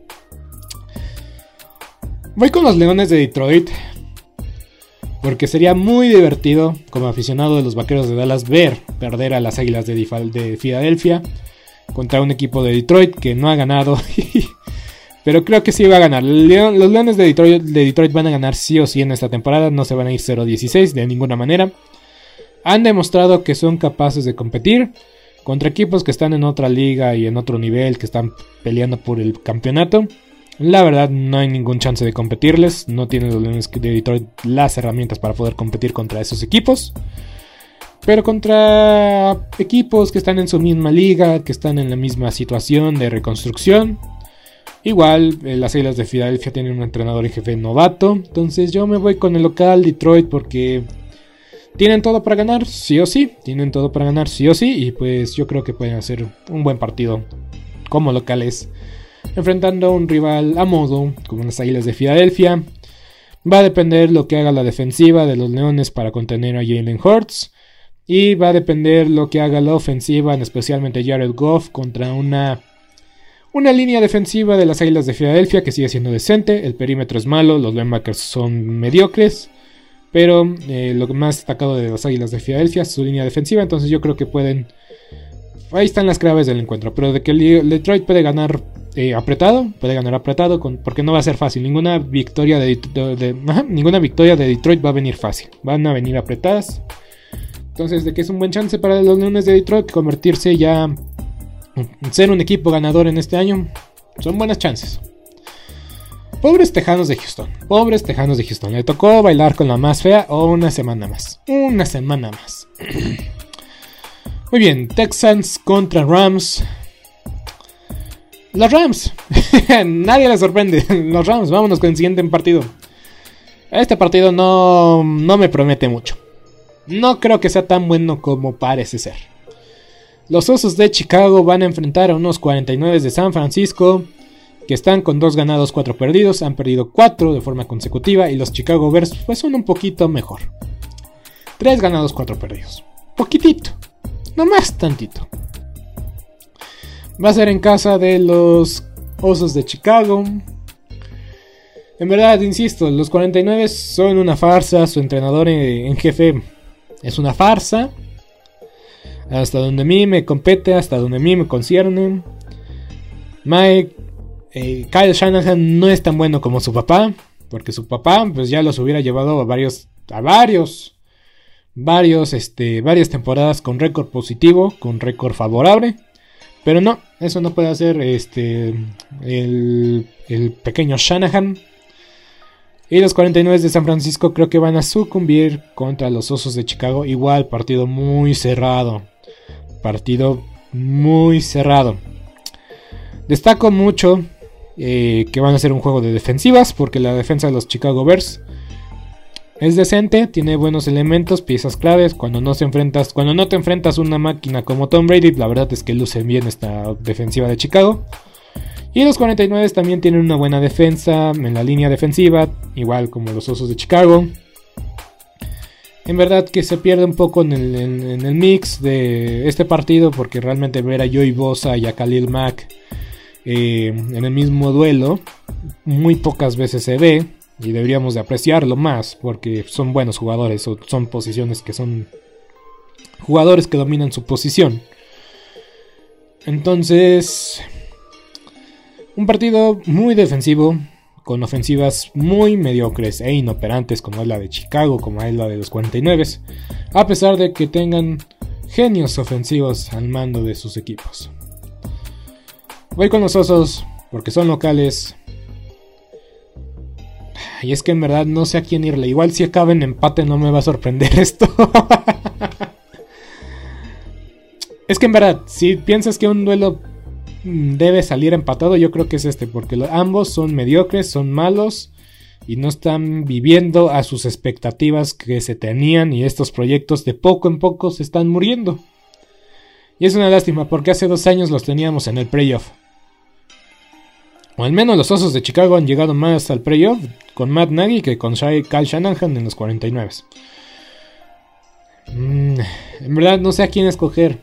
Voy con los Leones de Detroit porque sería muy divertido como aficionado de los Vaqueros de Dallas ver perder a las Águilas de Filadelfia contra un equipo de Detroit que no ha ganado. Pero creo que sí va a ganar. Los Leones de Detroit van a ganar sí o sí en esta temporada. No se van a ir 0-16 de ninguna manera. Han demostrado que son capaces de competir contra equipos que están en otra liga y en otro nivel, que están peleando por el campeonato. La verdad no hay ningún chance de competirles. No tienen los Leones de Detroit las herramientas para poder competir contra esos equipos. Pero contra equipos que están en su misma liga, que están en la misma situación de reconstrucción. Igual, las Águilas de Filadelfia tienen un entrenador en jefe novato. Entonces yo me voy con el local Detroit porque tienen todo para ganar, sí o sí. Tienen todo para ganar, sí o sí. Y pues yo creo que pueden hacer un buen partido como locales, enfrentando a un rival a modo como las Águilas de Filadelfia. Va a depender lo que haga la defensiva de los Leones para contener a Jalen Hurts. Y va a depender lo que haga la ofensiva, especialmente Jared Goff, contra una línea defensiva de las Águilas de Filadelfia que sigue siendo decente. El perímetro es malo, los linebackers son mediocres. Pero lo más destacado de las Águilas de Filadelfia es su línea defensiva. Entonces yo creo que pueden... Ahí están las claves del encuentro. Pero de que el Detroit puede ganar apretado. Puede ganar apretado porque no va a ser fácil. Ninguna victoria de Detroit va a venir fácil. Van a venir apretadas. Entonces de que es un buen chance para los Leones de Detroit convertirse ya... ser un equipo ganador en este año. Son buenas chances. Pobres Tejanos de Houston. Le tocó bailar con la más fea una semana más. Muy bien. Texans contra Rams. Los Rams. Nadie les sorprende. Los Rams. Vámonos con el siguiente partido. Este partido no me promete mucho. No creo que sea tan bueno como parece ser. Los Osos de Chicago van a enfrentar a unos 49 de San Francisco, que están con 2 ganados, 4 perdidos. Han perdido 4 de forma consecutiva. Y los Chicago Bears pues son un poquito mejor. 3 ganados, 4 perdidos. Poquitito. No más tantito. Va a ser en casa de los Osos de Chicago. En verdad, insisto, los 49 son una farsa. Su entrenador en jefe es una farsa. Hasta donde a mí me compete, hasta donde a mí me concierne. Kyle Shanahan no es tan bueno como su papá. Porque su papá pues ya los hubiera llevado a varias temporadas con récord positivo, con récord favorable. Pero no, eso no puede hacer el pequeño Shanahan. Y los 49 de San Francisco creo que van a sucumbir contra los Osos de Chicago. Igual, partido muy cerrado. Destaco mucho que van a ser un juego de defensivas, porque la defensa de los Chicago Bears es decente, tiene buenos elementos, piezas claves. Cuando no te enfrentas a una máquina como Tom Brady, la verdad es que luce bien esta defensiva de Chicago. Y los 49 también tienen una buena defensa en la línea defensiva, igual como los Osos de Chicago. En verdad que se pierde un poco en el mix de este partido, porque realmente ver a Joey Bosa y a Khalil Mack en el mismo duelo muy pocas veces se ve, y deberíamos de apreciarlo más porque son buenos jugadores, o son posiciones que son jugadores que dominan su posición. Entonces, un partido muy defensivo, con ofensivas muy mediocres e inoperantes, como es la de Chicago, como es la de los 49, a pesar de que tengan genios ofensivos al mando de sus equipos. Voy con los Osos porque son locales. Y es que en verdad no sé a quién irle. Igual si acaba en empate no me va a sorprender esto. Es que en verdad, si piensas que un duelo debe salir empatado, yo creo que es este, porque ambos son mediocres, son malos y no están viviendo a sus expectativas que se tenían, y estos proyectos de poco en poco se están muriendo. Y es una lástima porque hace 2 años los teníamos en el playoff. O al menos los Osos de Chicago han llegado más al playoff con Matt Nagy que con Kyle Shanahan en los 49. En verdad no sé a quién escoger.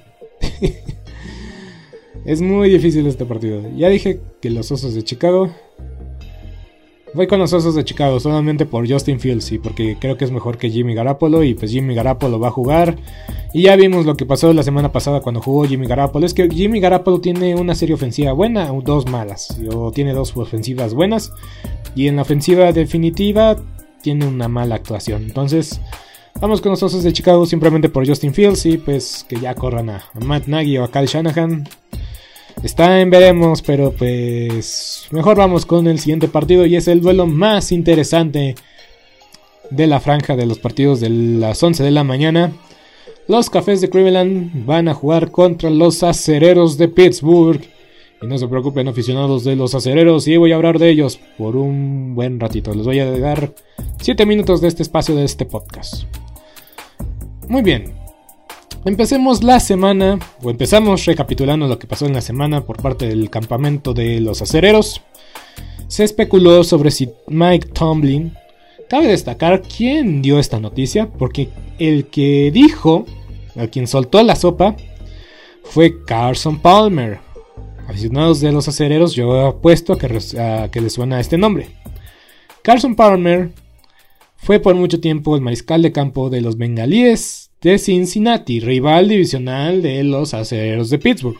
Es muy difícil este partido. Ya dije que los Osos de Chicago. Voy con los Osos de Chicago solamente por Justin Fields y porque creo que es mejor que Jimmy Garoppolo, y pues Jimmy Garoppolo va a jugar. Y ya vimos lo que pasó la semana pasada cuando jugó Jimmy Garoppolo. Es que Jimmy Garoppolo tiene una serie ofensiva buena o 2 malas, o tiene 2 ofensivas buenas, y en la ofensiva definitiva tiene una mala actuación. Entonces vamos con los Osos de Chicago simplemente por Justin Fields, y pues que ya corran a Matt Nagy o a Kyle Shanahan. Está en veremos, pero pues mejor vamos con el siguiente partido, y es el duelo más interesante de la franja de los partidos de las 11 de la mañana. Los Cafés de Cleveland van a jugar contra los Acereros de Pittsburgh. Y no se preocupen, aficionados de los Acereros, y voy a hablar de ellos por un buen ratito. Les voy a dar 7 minutos de este espacio de este podcast. Muy bien. Empecemos recapitulando lo que pasó en la semana por parte del campamento de los Acereros. Se especuló sobre si Mike Tomlin Cabe destacar quién dio esta noticia, porque el que dijo, a quien soltó la sopa, fue Carson Palmer. Aficionados de los acereros, yo apuesto a que les suena este nombre. Carson Palmer fue por mucho tiempo el mariscal de campo de los Bengalíes de Cincinnati, rival divisional de los acereros de Pittsburgh.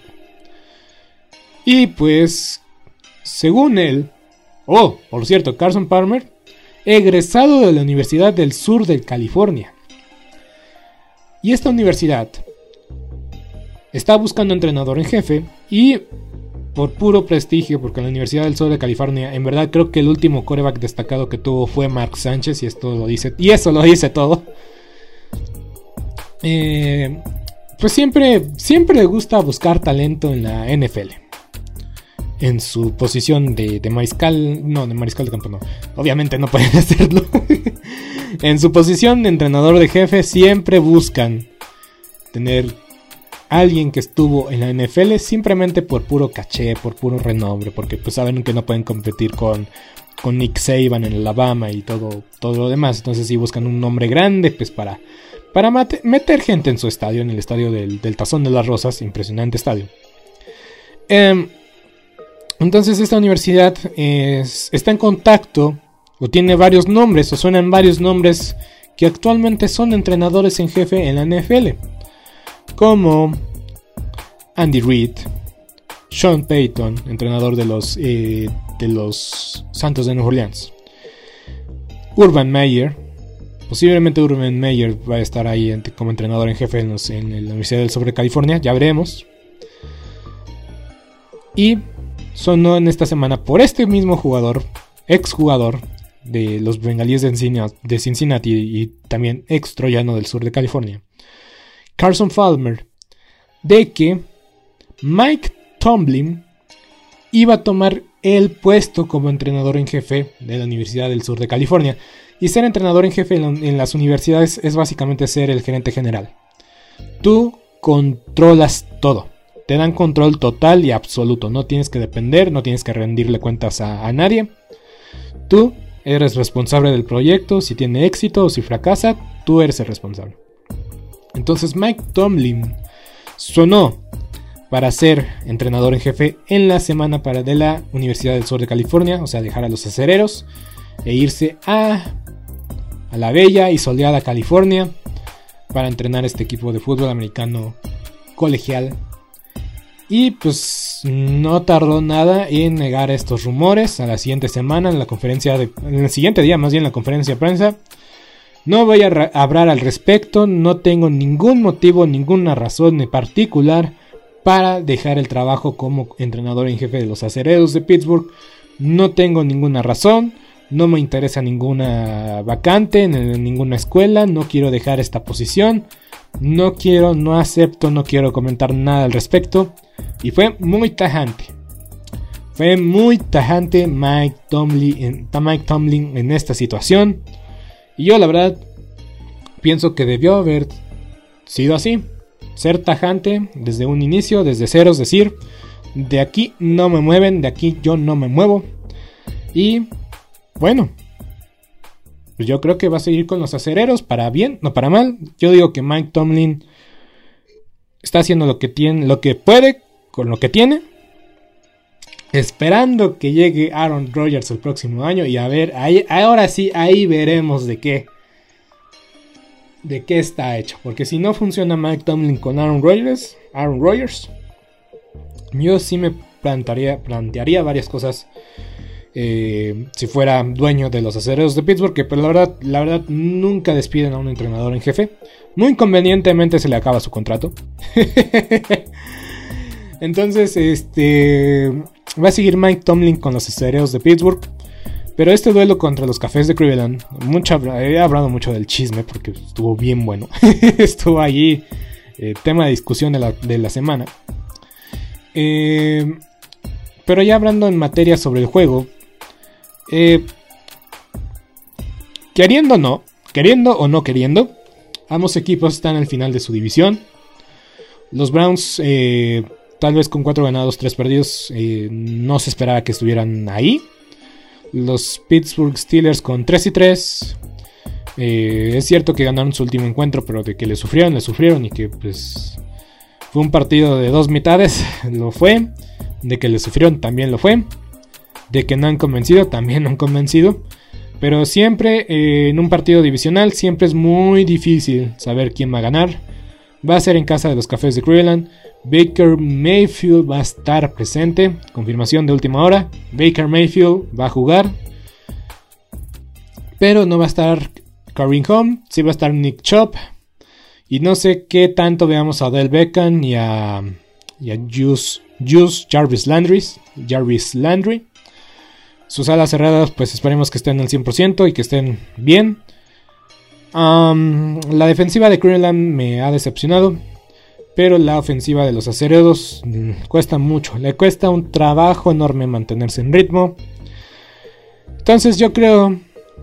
Y pues, según él, por cierto, Carson Palmer, egresado de la Universidad del Sur de California. Y esta universidad está buscando entrenador en jefe y por puro prestigio, porque la Universidad del Sur de California, en verdad creo que el último quarterback destacado que tuvo fue Mark Sánchez, y eso lo dice todo. Pues siempre le gusta buscar talento en la NFL. En su posición de mariscal de campo no. Obviamente no pueden hacerlo. En su posición de entrenador de jefe siempre buscan tener alguien que estuvo en la NFL simplemente por puro caché, por puro renombre, porque pues saben que no pueden competir con Nick Saban en Alabama y todo lo demás. Entonces sí buscan un nombre grande pues para meter gente en su estadio, en el estadio del Tazón de las Rosas, impresionante estadio. Entonces esta universidad está en contacto, o tiene varios nombres, o suenan varios nombres que actualmente son entrenadores en jefe en la NFL, como Andy Reid, Sean Payton, entrenador de los Santos de Nueva Orleans, Urban Meyer. Posiblemente Urban Meyer va a estar ahí como entrenador en jefe en la Universidad del Sur de California, ya veremos. Y sonó en esta semana por este mismo jugador, exjugador de los Bengalíes de Cincinnati y también ex troyano del sur de California, Carson Palmer, de que Mike Tomlin iba a tomar el puesto como entrenador en jefe de la Universidad del Sur de California. Y ser entrenador en jefe en las universidades es básicamente ser el gerente general. Tú controlas todo. Te dan control total y absoluto. No tienes que depender, no tienes que rendirle cuentas a nadie. Tú eres responsable del proyecto. Si tiene éxito o si fracasa, tú eres el responsable. Entonces Mike Tomlin sonó para ser entrenador en jefe en la semana de la Universidad del Sur de California. O sea, dejar a los acereros e irse a la bella y soleada California para entrenar este equipo de fútbol americano colegial. Y pues no tardó nada en negar estos rumores. A la siguiente semana, en el siguiente día más bien, la conferencia de prensa: no voy a hablar al respecto, no tengo ningún motivo, ninguna razón en particular para dejar el trabajo como entrenador en jefe de los acereros de Pittsburgh. No tengo ninguna razón, no me interesa ninguna vacante en ninguna escuela, no quiero dejar esta posición, no acepto, no quiero comentar nada al respecto. Y fue muy tajante. Mike Tomlin en esta situación. Y yo la verdad pienso que debió haber sido así. Ser tajante desde un inicio, desde cero, es decir, de aquí no me mueven, de aquí yo no me muevo. Y bueno, pues yo creo que va a seguir con los acereros, para bien, no para mal. Yo digo que Mike Tomlin está haciendo lo que puede con lo que tiene, esperando que llegue Aaron Rodgers el próximo año. Y a ver, ahora sí, ahí veremos de qué está hecho. Porque si no funciona Mike Tomlin con Aaron Rodgers, yo sí me plantearía varias cosas. Si fuera dueño de los acereros de Pittsburgh, que pero la verdad nunca despiden a un entrenador en jefe. Muy convenientemente se le acaba su contrato. Entonces va a seguir Mike Tomlin con los acereros de Pittsburgh. Pero este duelo contra los Cafés de Cleveland, he hablado mucho del chisme porque estuvo bien bueno. Estuvo allí tema de discusión de la semana. Pero ya hablando en materia sobre el juego, queriendo o no queriendo, ambos equipos están al final de su división. Los Browns, tal vez con 4 ganados, 3 perdidos, no se esperaba que estuvieran ahí. Los Pittsburgh Steelers con 3-3. Es cierto que ganaron su último encuentro, pero de que le sufrieron y que pues fue un partido de dos mitades, lo fue. De que le sufrieron, también lo fue. De que no han convencido, también no han convencido. Pero siempre en un partido divisional siempre es muy difícil saber quién va a ganar. Va a ser en casa de los Cafés de Cleveland. Baker Mayfield va a estar presente. Confirmación de última hora. Baker Mayfield va a jugar. Pero no va a estar Kareem Hunt. Sí va a estar Nick Chubb. Y no sé qué tanto veamos a Odell Beckham y a Jarvis Landry. Sus alas cerradas, pues esperemos que estén al 100% y que estén bien. La defensiva de Cleveland me ha decepcionado. Pero la ofensiva de los acereros cuesta mucho. Le cuesta un trabajo enorme mantenerse en ritmo. Entonces yo creo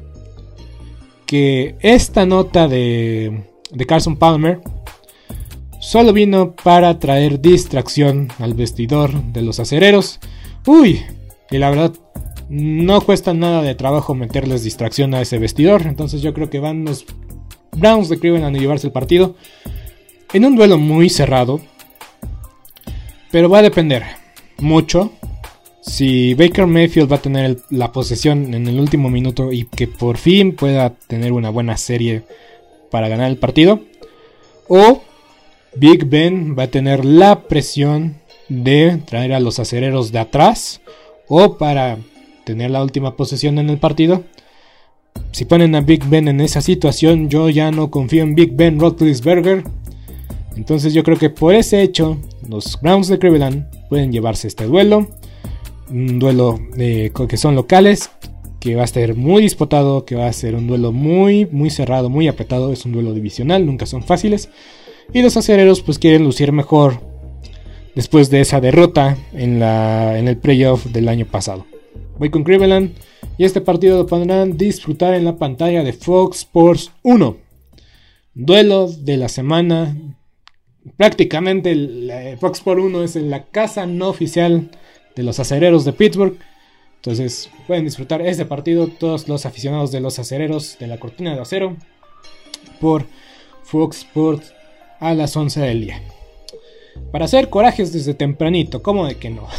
que esta nota de Carson Palmer solo vino para traer distracción al vestidor de los acereros. Y la verdad no cuesta nada de trabajo meterles distracción a ese vestidor. Entonces yo creo que van los Browns de Cleveland a llevarse el partido en un duelo muy cerrado. Pero va a depender mucho si Baker Mayfield va a tener la posesión en el último minuto y que por fin pueda tener una buena serie para ganar el partido, o Big Ben va a tener la presión de traer a los acereros de atrás o para tener la última posesión en el partido. Si ponen a Big Ben en esa situación, yo ya no confío en Big Ben Roethlisberger. Entonces yo creo que por ese hecho los Browns de Cleveland pueden llevarse este duelo. Un duelo que son locales, que va a estar muy disputado, que va a ser un duelo muy, muy cerrado, muy apretado. Es un duelo divisional, nunca son fáciles. Y los acereros pues quieren lucir mejor después de esa derrota en el playoff del año pasado. Voy con Cleveland y este partido lo podrán disfrutar en la pantalla de Fox Sports 1. Duelo de la semana. Prácticamente Fox Sports 1 es la casa no oficial de los acereros de Pittsburgh. Entonces pueden disfrutar este partido todos los aficionados de los acereros de la cortina de acero por Fox Sports a las 11 del día. Para hacer corajes desde tempranito, ¿cómo de que no?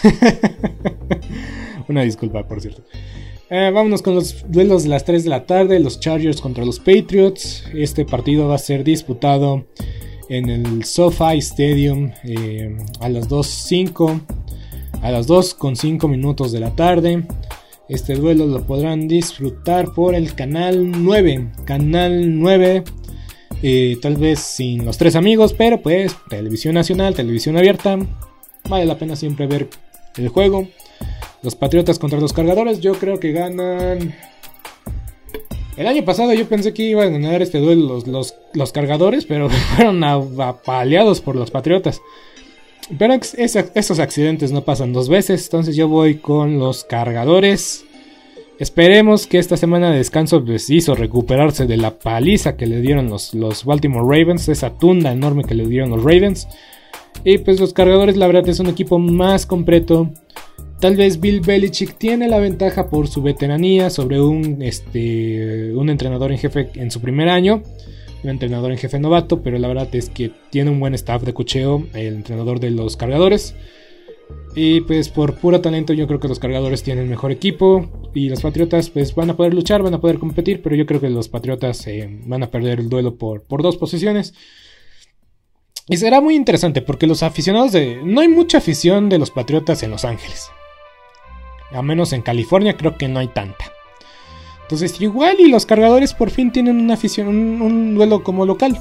Una disculpa, por cierto. Vámonos con los duelos de las 3 de la tarde. Los Chargers contra los Patriots. Este partido va a ser disputado en el SoFi Stadium a las 2:05. A las 2:05 minutos de la tarde. Este duelo lo podrán disfrutar por el canal 9. Canal 9. Tal vez sin los tres amigos, pero pues televisión nacional, televisión abierta. Vale la pena siempre ver el juego. Los Patriotas contra los Cargadores. Yo creo que ganan. El año pasado yo pensé que iban a ganar este duelo los Cargadores, pero fueron apaleados por los Patriotas. Pero esos accidentes no pasan dos veces. Entonces yo voy con los Cargadores. Esperemos que esta semana de descanso les hizo recuperarse de la paliza que le dieron los Baltimore Ravens. Esa tunda enorme que le dieron los Ravens. Y pues los Cargadores la verdad es un equipo más completo. Tal vez Bill Belichick tiene la ventaja por su veteranía sobre un entrenador en jefe en su primer año. Un entrenador en jefe novato, pero la verdad es que tiene un buen staff de coacheo el entrenador de los Cargadores. Y pues por puro talento yo creo que los Cargadores tienen mejor equipo. Y los Patriotas pues van a poder luchar, van a poder competir, pero yo creo que los Patriotas van a perder el duelo por dos posiciones. Y será muy interesante porque los aficionados no hay mucha afición de los Patriotas en Los Ángeles. A menos en California creo que no hay tanta. Entonces igual y los Cargadores por fin tienen una afición, un duelo como local.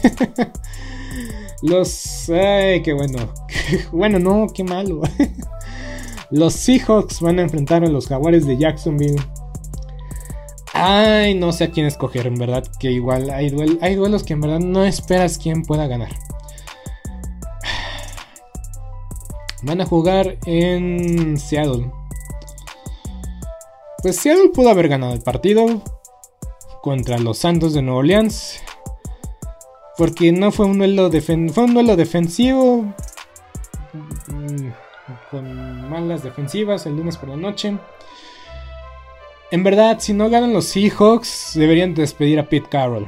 Ay, qué bueno. Bueno, no, qué malo. Los Seahawks van a enfrentar a los Jaguares de Jacksonville. Ay, no sé a quién escoger, en verdad. Que igual hay duelos que en verdad no esperas quién pueda ganar. Van a jugar en Seattle. Pues Seattle pudo haber ganado el partido contra los Santos de Nueva Orleans. Porque no fue un duelo fue un duelo defensivo. Con malas defensivas el lunes por la noche. En verdad, si no ganan los Seahawks, deberían despedir a Pete Carroll.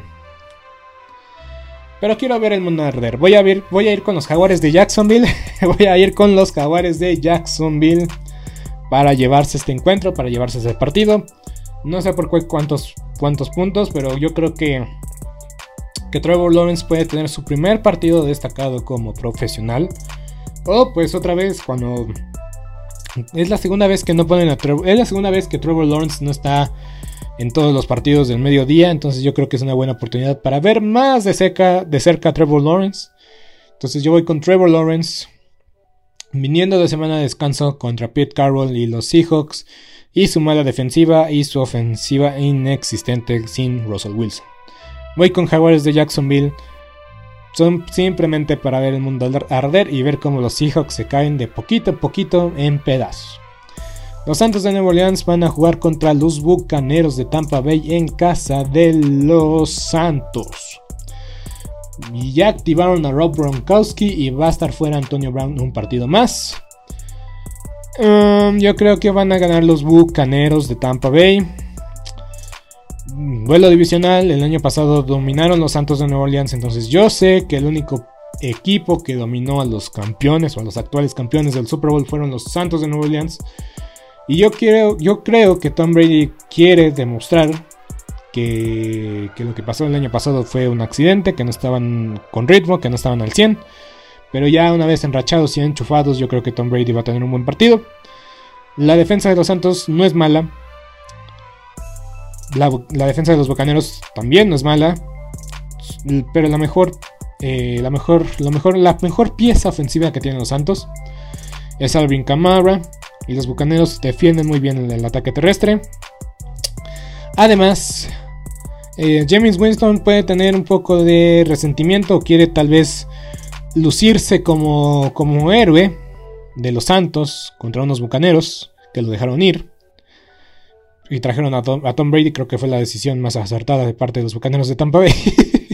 Pero quiero ver el mundo arder. Voy a ir con los Jaguares de Jacksonville. Voy a ir con los Jaguares de Jacksonville para llevarse este encuentro, para llevarse ese partido. No sé por cuántos puntos, pero yo creo que Trevor Lawrence puede tener su primer partido destacado como profesional. O pues otra vez cuando... Es la segunda vez que no ponen a Trevor. Es la segunda vez que Trevor Lawrence no está en todos los partidos del mediodía. Entonces yo creo que es una buena oportunidad para ver más de cerca a Trevor Lawrence. Entonces yo voy con Trevor Lawrence, viniendo de semana de descanso contra Pete Carroll y los Seahawks, y su mala defensiva y su ofensiva inexistente sin Russell Wilson. Voy con Jaguares de Jacksonville. Son simplemente para ver el mundo arder y ver cómo los Seahawks se caen de poquito a poquito en pedazos. Los Santos de Nueva Orleans van a jugar contra los Bucaneros de Tampa Bay en casa de los Santos. Y ya activaron a Rob Gronkowski y va a estar fuera Antonio Brown un partido más. Yo creo que van a ganar los Bucaneros de Tampa Bay. Duelo divisional, el año pasado dominaron los Santos de Nueva Orleans, entonces yo sé que el único equipo que dominó a los campeones o a los actuales campeones del Super Bowl fueron los Santos de Nueva Orleans. Y yo creo que Tom Brady quiere demostrar que lo que pasó el año pasado fue un accidente, que no estaban con ritmo, que no estaban al 100. Pero ya una vez enrachados y enchufados, yo creo que Tom Brady va a tener un buen partido. La defensa de los Santos no es mala. La defensa de los Bucaneros también no es mala. Pero la mejor pieza ofensiva que tienen los Santos es Alvin Kamara. Y los Bucaneros defienden muy bien el ataque terrestre. Además, Jameis Winston puede tener un poco de resentimiento. O quiere tal vez lucirse como héroe de los Santos contra unos Bucaneros que lo dejaron ir. Y trajeron a Tom Brady. Creo que fue la decisión más acertada de parte de los Bucaneros de Tampa Bay.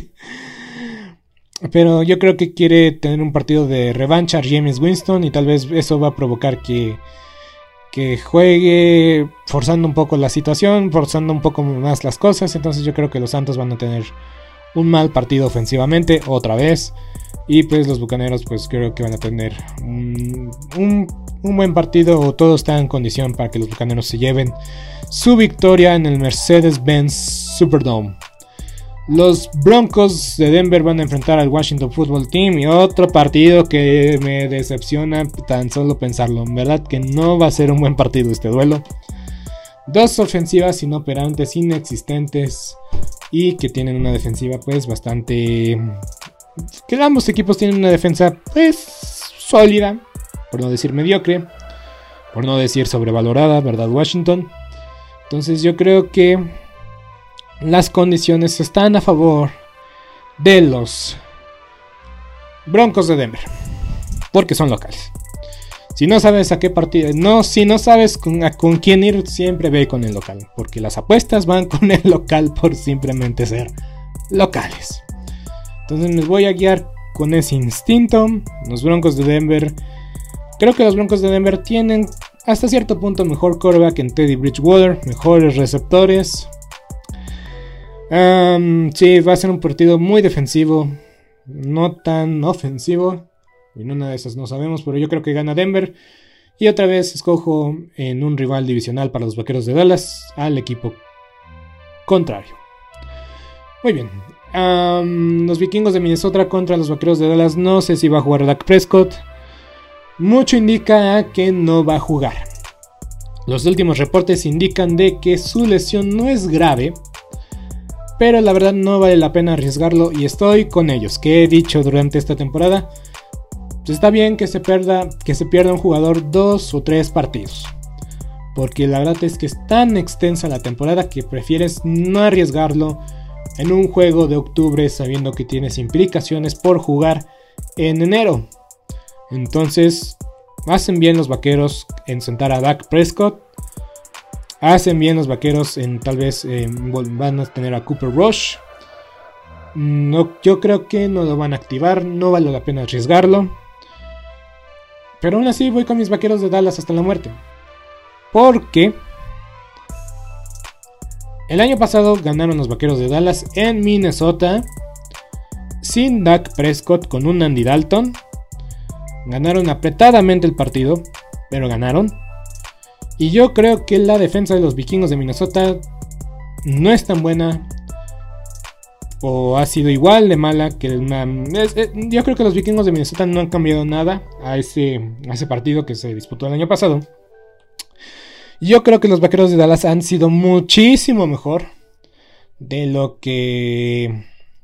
Pero yo creo que quiere tener un partido de revancha a Jameis Winston. Y tal vez eso va a provocar que juegue forzando un poco la situación, forzando un poco más las cosas. Entonces yo creo que los Santos van a tener un mal partido ofensivamente otra vez. Y pues los Bucaneros pues creo que van a tener un buen partido, o todo está en condición para que los Bucaneros se lleven su victoria en el Mercedes-Benz Superdome. Los Broncos de Denver van a enfrentar al Washington Football Team, y otro partido que me decepciona tan solo pensarlo. En verdad que no va a ser un buen partido este duelo. Dos ofensivas inoperantes, inexistentes, y que tienen una defensiva pues bastante... que ambos equipos tienen una defensa pues sólida, por no decir mediocre, por no decir sobrevalorada, ¿verdad, Washington? Entonces yo creo que las condiciones están a favor de los Broncos de Denver, porque son locales. Si no sabes a qué partido, si no sabes con quién ir, siempre ve con el local, porque las apuestas van con el local por simplemente ser locales. Entonces me voy a guiar con ese instinto. Los Broncos de Denver, creo que los Broncos de Denver tienen hasta cierto punto mejor quarterback en Teddy Bridgewater, mejores receptores. Sí, va a ser un partido muy defensivo, no tan ofensivo. En una de esas no sabemos, pero yo creo que gana Denver. Y otra vez escojo en un rival divisional para los Vaqueros de Dallas al equipo contrario. Muy bien. Los Vikingos de Minnesota contra los Vaqueros de Dallas. No sé si va a jugar Dak Prescott. Mucho indica que no va a jugar. Los últimos reportes indican de que su lesión no es grave, pero la verdad no vale la pena arriesgarlo, y estoy con ellos, que he dicho durante esta temporada. Está bien que se pierda un jugador 2 o 3 partidos, porque la verdad es que es tan extensa la temporada que prefieres no arriesgarlo en un juego de octubre sabiendo que tienes implicaciones por jugar en enero. Entonces hacen bien los Vaqueros en sentar a Dak Prescott. Hacen bien los Vaqueros en tal vez van a tener a Cooper Rush. No, yo creo que no lo van a activar, no vale la pena arriesgarlo. Pero aún así voy con mis Vaqueros de Dallas hasta la muerte. Porque El año pasado ganaron los Vaqueros de Dallas en Minnesota, sin Dak Prescott, con un Andy Dalton. Ganaron apretadamente el partido, pero ganaron. Y yo creo que la defensa de los Vikingos de Minnesota no es tan buena, o ha sido igual de mala que yo creo que los Vikingos de Minnesota no han cambiado nada a ese partido que se disputó el año pasado. Yo creo que los Vaqueros de Dallas han sido muchísimo mejor de lo que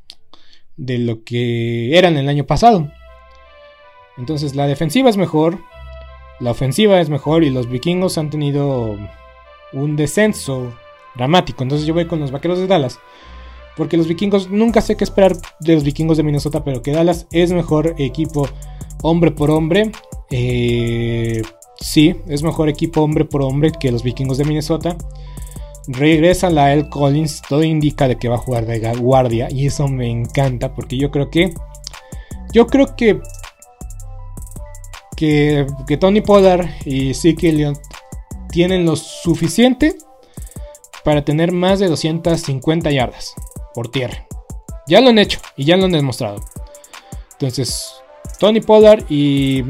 eran el año pasado. Entonces la defensiva es mejor, la ofensiva es mejor, y los Vikingos han tenido un descenso dramático. Entonces yo voy con los Vaqueros de Dallas, porque los Vikingos, nunca sé qué esperar de los Vikingos de Minnesota, pero que Dallas es mejor equipo hombre por hombre. Sí, es mejor equipo hombre por hombre que los Vikingos de Minnesota. Regresa La'el Collins, todo indica de que va a jugar de guardia, y eso me encanta, porque yo creo que Tony Pollard y Zeke Elliott tienen lo suficiente para tener más de 250 yardas por tierra. Ya lo han hecho y ya lo han demostrado. Entonces, Tony Pollard y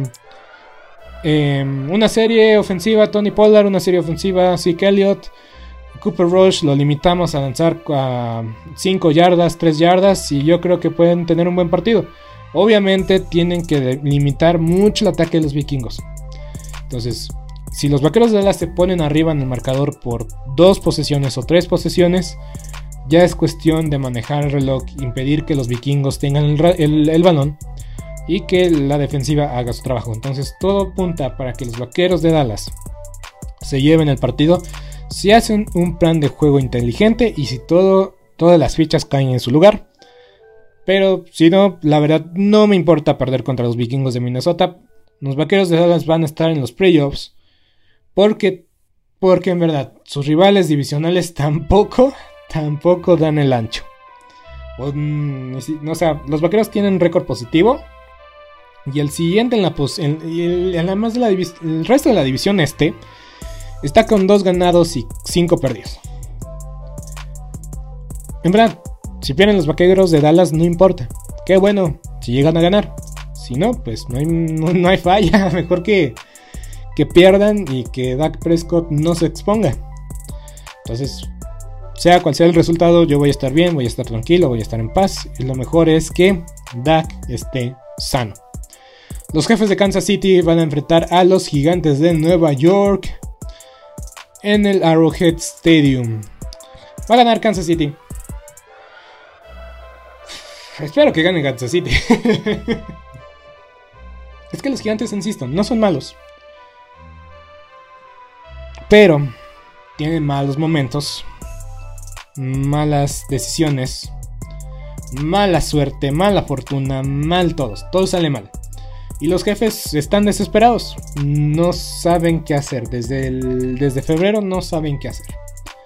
una serie ofensiva Tony Pollard, una serie ofensiva Zeke Elliott. Cooper Rush lo limitamos a lanzar a 5 yardas, 3 yardas, y yo creo que pueden tener un buen partido. Obviamente tienen que limitar mucho el ataque de los Vikingos. Entonces, si los Vaqueros de Dallas se ponen arriba en el marcador por 2 posesiones o 3 posesiones, ya es cuestión de manejar el reloj, impedir que los Vikingos tengan el balón y que la defensiva haga su trabajo. Entonces todo apunta para que los Vaqueros de Dallas se lleven el partido si hacen un plan de juego inteligente y si todas las fichas caen en su lugar. Pero si no, la verdad no me importa perder contra los Vikingos de Minnesota. Los Vaqueros de Dallas van a estar en los playoffs porque en verdad sus rivales divisionales tampoco dan el ancho. O sea, los Vaqueros tienen récord positivo, y el siguiente el resto de la división está con 2 ganados y 5 perdidos. En verdad, si pierden los Vaqueros de Dallas no importa. Qué bueno si llegan a ganar. Si no, pues no hay falla. Mejor que pierdan y que Dak Prescott no se exponga. Entonces, sea cual sea el resultado, yo voy a estar bien, voy a estar tranquilo, voy a estar en paz. Y lo mejor es que Dak esté sano. Los Jefes de Kansas City van a enfrentar a los Gigantes de Nueva York en el Arrowhead Stadium. Va a ganar Kansas City. Espero que gane Kansas City. Es que los Gigantes, insisto, no son malos, pero tienen malos momentos, malas decisiones, mala suerte, mala fortuna, mal todo sale mal. Y los Jefes están desesperados, no saben qué hacer. Desde febrero no saben qué hacer.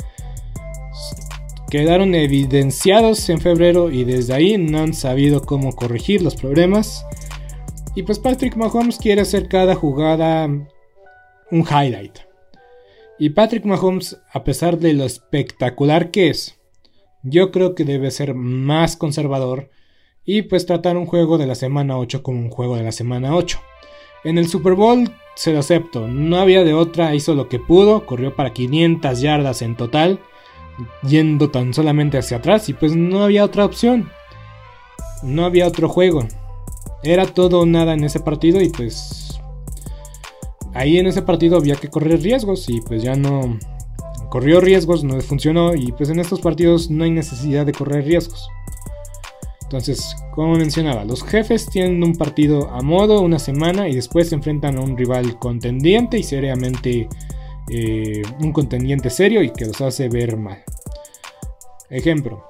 Quedaron evidenciados en febrero y desde ahí no han sabido cómo corregir los problemas. Y pues Patrick Mahomes quiere hacer cada jugada un highlight. Y Patrick Mahomes, a pesar de lo espectacular que es, yo creo que debe ser más conservador y pues tratar un juego de la semana 8 como un juego de la semana 8. En el Super Bowl se lo acepto, no había de otra, hizo lo que pudo, corrió para 500 yardas en total, yendo tan solamente hacia atrás, y pues no había otra opción, no había otro juego, era todo o nada en ese partido, y pues ahí en ese partido había que correr riesgos, y pues ya no corrió riesgos, no funcionó, y pues en estos partidos no hay necesidad de correr riesgos. Entonces, como mencionaba, los Jefes tienen un partido a modo una semana y después se enfrentan a un rival contendiente y seriamente un contendiente serio y que los hace ver mal. Ejemplo,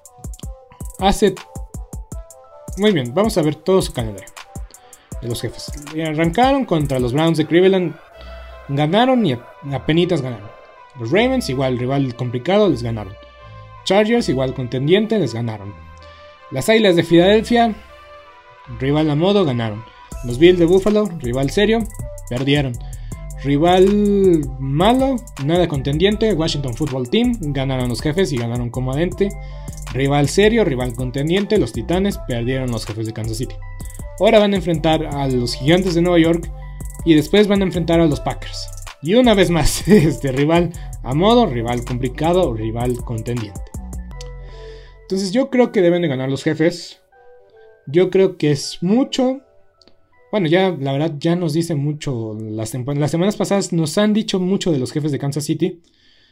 muy bien, vamos a ver todo su calendario de los Jefes. Arrancaron contra los Browns de Cleveland, ganaron y apenitas ganaron. Los Ravens, igual rival complicado, les ganaron. Chargers, igual contendiente, les ganaron. Las Águilas de Filadelfia, rival a modo, ganaron. Los Bills de Buffalo, rival serio, perdieron. Rival malo, nada contendiente, Washington Football Team, ganaron los Jefes y ganaron cómodamente. Rival serio, rival contendiente, los Titanes, perdieron los Jefes de Kansas City. Ahora van a enfrentar a los Gigantes de Nueva York y después van a enfrentar a los Packers. Y una vez más, rival a modo, rival complicado, rival contendiente. Entonces yo creo que deben de ganar los Jefes. Yo creo que es mucho. Bueno, ya la verdad ya nos dicen mucho. Las semanas pasadas nos han dicho mucho de los Jefes de Kansas City.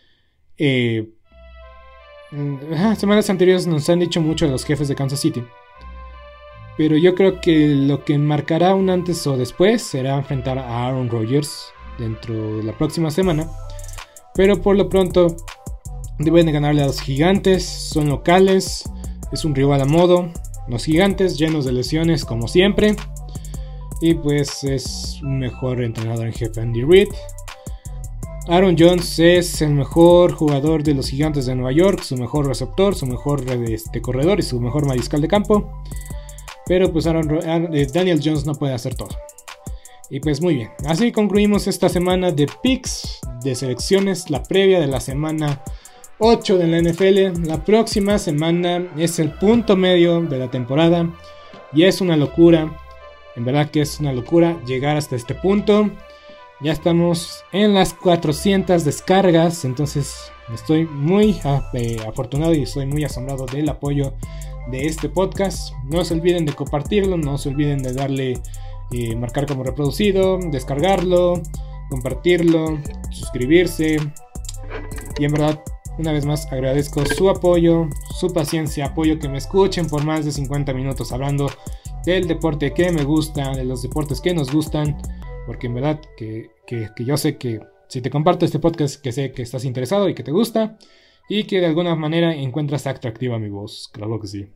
Semanas anteriores nos han dicho mucho de los Jefes de Kansas City. Pero yo creo que lo que marcará un antes o después será enfrentar a Aaron Rodgers dentro de la próxima semana. Pero por lo pronto deben de ganarle a los Gigantes. Son locales. Es un rival a modo. Los Gigantes llenos de lesiones como siempre. Y pues es un mejor entrenador en jefe, Andy Reid. Aaron Jones es el mejor jugador de los Gigantes de Nueva York. Su mejor receptor, su mejor corredor y su mejor mariscal de campo. Pero pues Daniel Jones no puede hacer todo. Y pues muy bien. Así concluimos esta semana de picks, de selecciones. La previa de la semana 8 de la NFL. La próxima semana es el punto medio de la temporada. Y es una locura. En verdad que es una locura llegar hasta este punto. Ya estamos en las 400 descargas. Entonces estoy muy afortunado y estoy muy asombrado del apoyo de este podcast. No se olviden de compartirlo. No se olviden de darle marcar como reproducido, descargarlo, compartirlo, suscribirse. Y en verdad, una vez más agradezco su apoyo, su paciencia, apoyo que me escuchen por más de 50 minutos hablando del deporte que me gusta, de los deportes que nos gustan, porque en verdad que yo sé que si te comparto este podcast, que sé que estás interesado y que te gusta, y que de alguna manera encuentras atractiva mi voz, claro que sí.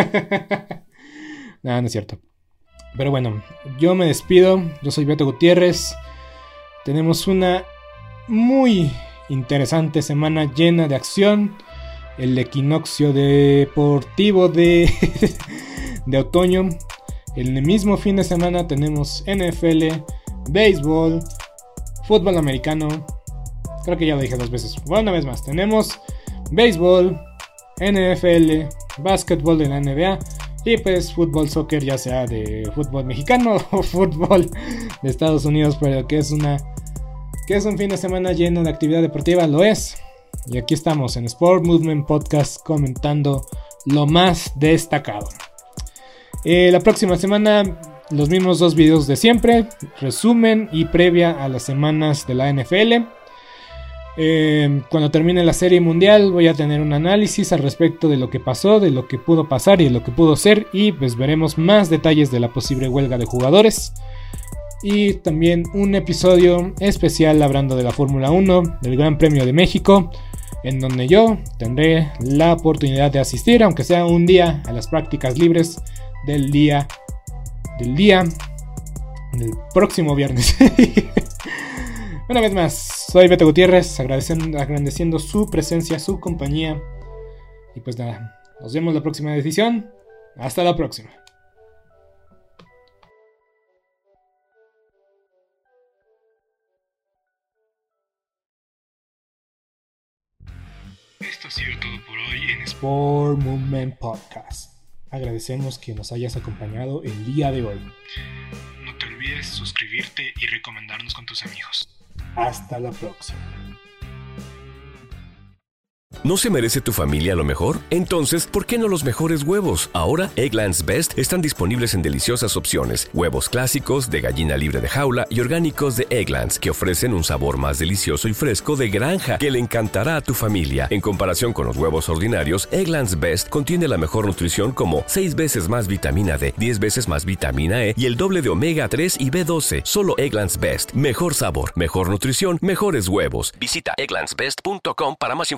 No es cierto. Pero bueno, yo me despido, yo soy Beto Gutiérrez, tenemos una muy interesante semana llena de acción, el equinoccio deportivo de otoño. En el mismo fin de semana tenemos NFL, béisbol, fútbol americano. Creo que ya lo dije 2 veces. Bueno, una vez más. Tenemos béisbol, NFL, básquetbol de la NBA y pues fútbol, soccer, ya sea de fútbol mexicano o fútbol de Estados Unidos, pero que es un fin de semana lleno de actividad deportiva, lo es. Y aquí estamos en Sport Movement Podcast comentando lo más destacado. La próxima semana los mismos 2 videos de siempre, resumen y previa a las semanas de la NFL. Cuando termine la serie mundial voy a tener un análisis al respecto de lo que pasó, de lo que pudo pasar y de lo que pudo ser, y pues veremos más detalles de la posible huelga de jugadores. Y también un episodio especial hablando de la Fórmula 1, del Gran Premio de México, en donde yo tendré la oportunidad de asistir, aunque sea un día, a las prácticas libres del próximo viernes. Una vez más, soy Beto Gutiérrez, agradeciendo su presencia, su compañía. Y pues nada, nos vemos la próxima edición. Hasta la próxima. Esto ha sido todo por hoy en Sport Movement Podcast. Agradecemos que nos hayas acompañado el día de hoy. No te olvides suscribirte y recomendarnos con tus amigos. Hasta la próxima. ¿No se merece tu familia lo mejor? Entonces, ¿por qué no los mejores huevos? Ahora, Eggland's Best están disponibles en deliciosas opciones. Huevos clásicos, de gallina libre de jaula y orgánicos de Eggland's, que ofrecen un sabor más delicioso y fresco de granja que le encantará a tu familia. En comparación con los huevos ordinarios, Eggland's Best contiene la mejor nutrición como 6 veces más vitamina D, 10 veces más vitamina E y el doble de omega 3 y B12. Solo Eggland's Best. Mejor sabor, mejor nutrición, mejores huevos. Visita egglandsbest.com para más información.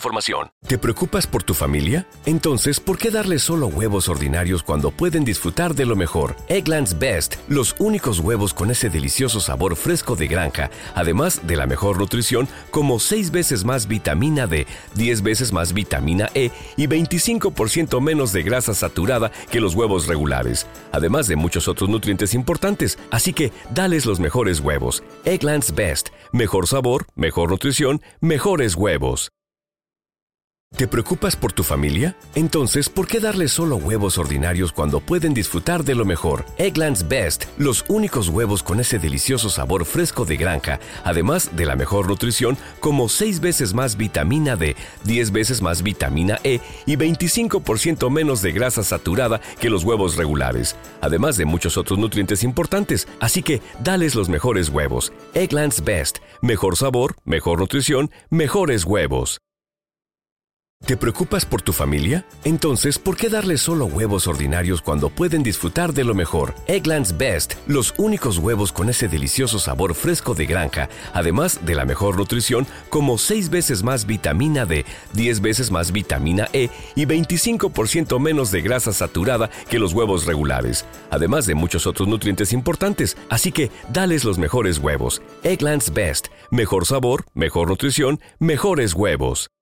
¿Te preocupas por tu familia? Entonces, ¿por qué darles solo huevos ordinarios cuando pueden disfrutar de lo mejor? Eggland's Best, los únicos huevos con ese delicioso sabor fresco de granja, además de la mejor nutrición, como 6 veces más vitamina D, 10 veces más vitamina E y 25% menos de grasa saturada que los huevos regulares, además de muchos otros nutrientes importantes. Así que, dales los mejores huevos. Eggland's Best, mejor sabor, mejor nutrición, mejores huevos. ¿Te preocupas por tu familia? Entonces, ¿por qué darles solo huevos ordinarios cuando pueden disfrutar de lo mejor? Eggland's Best, los únicos huevos con ese delicioso sabor fresco de granja, además de la mejor nutrición, como 6 veces más vitamina D, 10 veces más vitamina E y 25% menos de grasa saturada que los huevos regulares, además de muchos otros nutrientes importantes. Así que, dales los mejores huevos. Eggland's Best, mejor sabor, mejor nutrición, mejores huevos. ¿Te preocupas por tu familia? Entonces, ¿por qué darles solo huevos ordinarios cuando pueden disfrutar de lo mejor? Eggland's Best, los únicos huevos con ese delicioso sabor fresco de granja, además de la mejor nutrición, como 6 veces más vitamina D, 10 veces más vitamina E y 25% menos de grasa saturada que los huevos regulares, además de muchos otros nutrientes importantes. Así que, dales los mejores huevos. Eggland's Best, mejor sabor, mejor nutrición, mejores huevos.